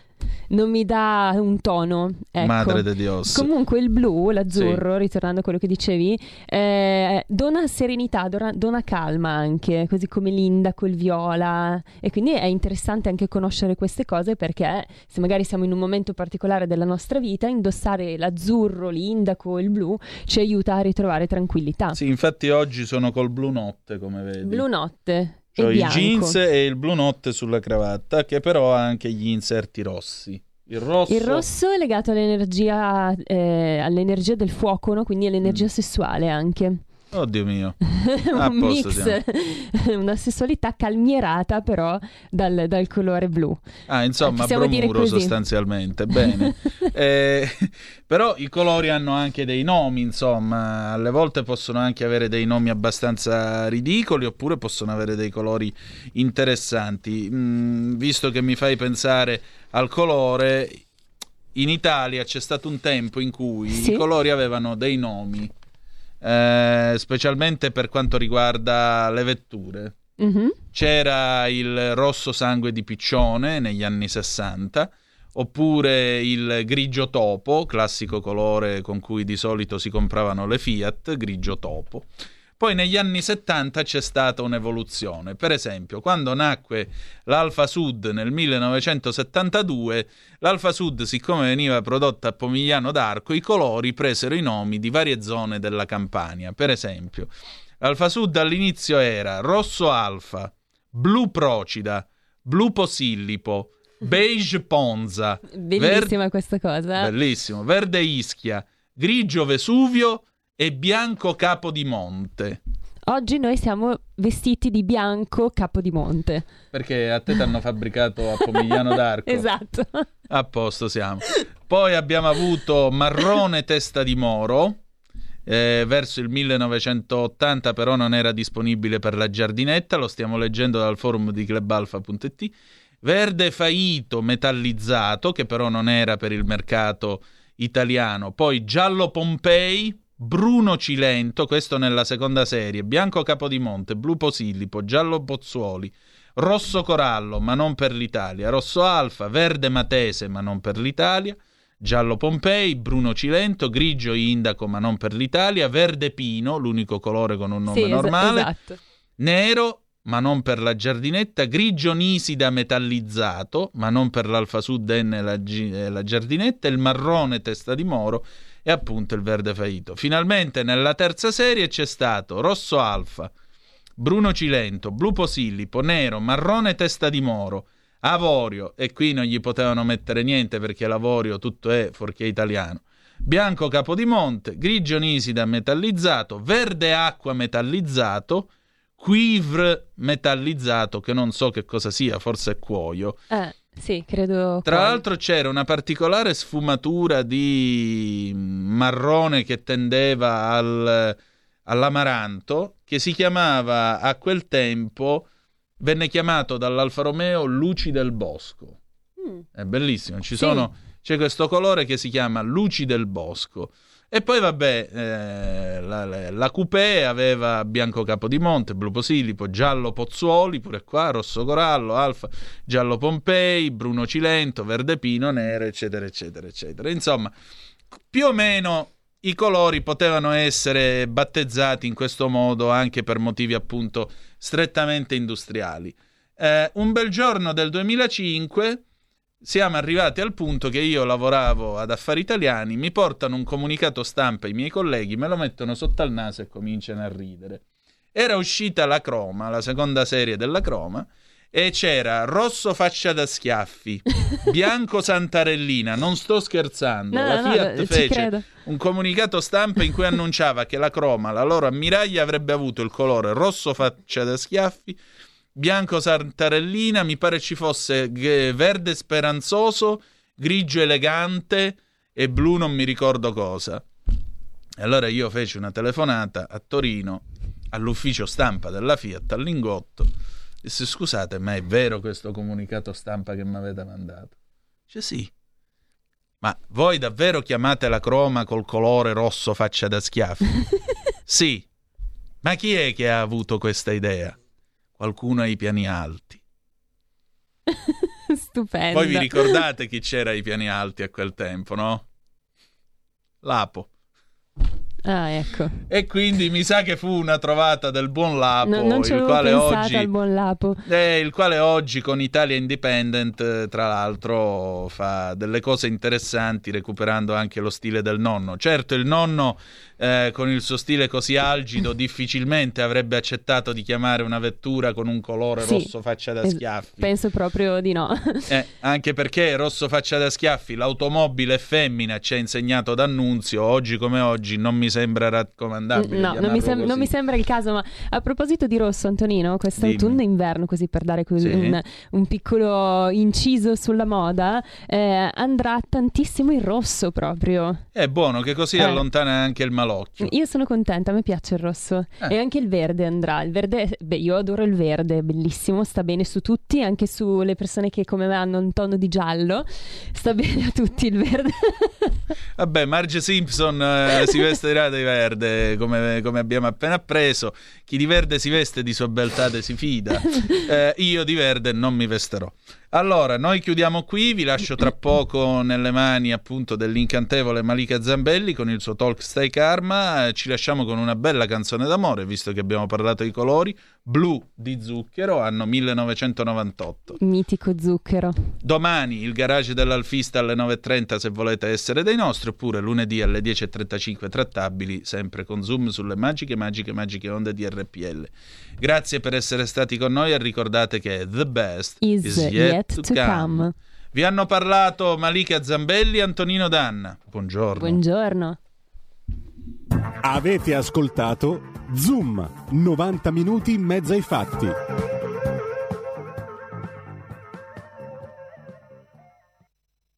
dà un tono, ecco. Madre de Dios. Comunque il blu, l'azzurro, ritornando a quello che dicevi, dona serenità, dona calma anche, così come l'indaco, il viola, e quindi è interessante anche conoscere queste cose, perché se magari siamo in un momento particolare della nostra vita, indossare l'azzurro, l'indaco, il blu ci aiuta a ritrovare tranquillità. Sì, infatti oggi sono col blu notte, come vedi. Blu notte. Cioè i jeans e il blu notte sulla cravatta, che però ha anche gli inserti rossi. Il rosso è legato all'energia del fuoco, no? Quindi all'energia sessuale anche. Oddio mio. Un mix, una sessualità calmierata però dal colore blu. Insomma, bromuro sostanzialmente. Bene. Però i colori hanno anche dei nomi, insomma, alle volte possono anche avere dei nomi abbastanza ridicoli, oppure possono avere dei colori interessanti. Visto che mi fai pensare al colore, in Italia c'è stato un tempo in cui i colori avevano dei nomi. Specialmente per quanto riguarda le vetture. C'era il rosso sangue di piccione negli anni 60, oppure il grigio topo, classico colore con cui di solito si compravano le Fiat, grigio topo. Poi negli anni 70 c'è stata un'evoluzione. Per esempio, quando nacque l'Alfa Sud nel 1972, l'Alfa Sud, siccome veniva prodotta a Pomigliano d'Arco, i colori presero i nomi di varie zone della Campania. Per esempio, l'Alfa Sud all'inizio era rosso alfa, blu procida, blu posillipo, beige ponza. Bellissima questa cosa. Bellissimo. Verde ischia, grigio Vesuvio e bianco Capodimonte. Oggi noi siamo vestiti di bianco Capodimonte. Perché a te t'hanno fabbricato a Pomigliano d'Arco. Esatto. A posto siamo. Poi abbiamo avuto marrone testa di moro, verso il 1980 però non era disponibile per la giardinetta, lo stiamo leggendo dal forum di clubalfa.it. Verde faito metallizzato, che però non era per il mercato italiano. Poi giallo Pompei, bruno Cilento, questo nella seconda serie, bianco Capodimonte, blu Posillipo, giallo Pozzuoli, rosso Corallo, ma non per l'Italia, rosso Alfa, verde Matese, ma non per l'Italia, giallo Pompei, bruno Cilento, grigio Indaco, ma non per l'Italia, verde Pino, l'unico colore con un nome normale, esatto. Nero, ma non per la giardinetta, grigio Nisida metallizzato, ma non per l'Alfa Sud e la giardinetta, il marrone testa di moro, e appunto il verde faito. Finalmente nella terza serie c'è stato rosso alfa, bruno Cilento, blu Posillipo, nero, marrone testa di moro, avorio, e qui non gli potevano mettere niente perché l'avorio tutto è fuorché italiano, bianco Capodimonte, grigio Nisida metallizzato, verde acqua metallizzato, cuivre metallizzato, che non so che cosa sia, forse è cuoio. Sì, credo. Tra l'altro c'era una particolare sfumatura di marrone che tendeva all'amaranto, che si chiamava a quel tempo, venne chiamato dall'Alfa Romeo luci del bosco. È bellissimo, c'è questo colore che si chiama luci del bosco. E poi vabbè, la coupé aveva bianco Capodimonte, blu Posillipo, giallo Pozzuoli, pure qua, rosso Corallo, alfa, giallo Pompei, bruno Cilento, verde Pino, nero, eccetera, eccetera, eccetera. Insomma, più o meno i colori potevano essere battezzati in questo modo anche per motivi appunto strettamente industriali. Un bel giorno del 2005... siamo arrivati al punto che io lavoravo ad Affari Italiani, mi portano un comunicato stampa i miei colleghi, me lo mettono sotto al naso e cominciano a ridere. Era uscita la Croma, la seconda serie della Croma, e c'era Rosso faccia da schiaffi, Bianco Santarellina, non sto scherzando, la Fiat fece un comunicato stampa in cui annunciava che la Croma, la loro ammiraglia, avrebbe avuto il colore rosso faccia da schiaffi, bianco Santarellina, mi pare ci fosse verde speranzoso, grigio elegante e blu non mi ricordo cosa. E allora io feci una telefonata a Torino, all'ufficio stampa della Fiat, al Lingotto. Disse: scusate, ma è vero questo comunicato stampa che mi avete mandato? Dice: sì. Ma voi davvero chiamate la Croma col colore rosso faccia da schiaffi? Sì. Ma chi è che ha avuto questa idea? Qualcuno ai piani alti. Stupendo. Voi vi ricordate chi c'era ai piani alti a quel tempo, no? Lapo. Ah, ecco. E quindi mi sa che fu una trovata del buon Lapo, non ci avevo pensato al buon Lapo. Il quale oggi con Italia Independent, tra l'altro, fa delle cose interessanti recuperando anche lo stile del nonno. Certo, il nonno con il suo stile così algido difficilmente avrebbe accettato di chiamare una vettura con un colore rosso faccia da schiaffi. Penso proprio di no. Anche perché rosso faccia da schiaffi, l'automobile femmina, ci ha insegnato D'Annunzio, oggi come oggi non mi sembra raccomandabile. No, non mi sembra il caso. Ma a proposito di rosso, Antonino, quest'autunno-inverno, così per dare un piccolo inciso sulla moda, andrà tantissimo il rosso proprio. È buono, che così allontana anche il malocchio. Io sono contenta, a me piace il rosso. E anche il verde andrà. Il verde, io adoro il verde, è bellissimo, sta bene su tutti, anche sulle persone che come me hanno un tono di giallo, sta bene a tutti il verde. Vabbè, Marge Simpson si vestirà di verde, come abbiamo appena appreso. Chi di verde si veste di sua beltà si fida. Io di verde non mi vesterò. Allora, noi chiudiamo qui, vi lascio tra poco nelle mani appunto dell'incantevole Malika Zambelli con il suo Talk Stay Karma. Ci lasciamo con una bella canzone d'amore, visto che abbiamo parlato di colori. Blu di Zucchero, anno 1998. Mitico Zucchero. Domani il garage dell'Alfista alle 9.30 se volete essere dei nostri, oppure lunedì alle 10.35 trattabili, sempre con Zoom sulle magiche onde di RPL. Grazie per essere stati con noi e ricordate che the best is yet to come. Vi hanno parlato Malika Zambelli e Antonino Danna. Buongiorno. Avete ascoltato Zoom, 90 minuti in mezzo ai fatti.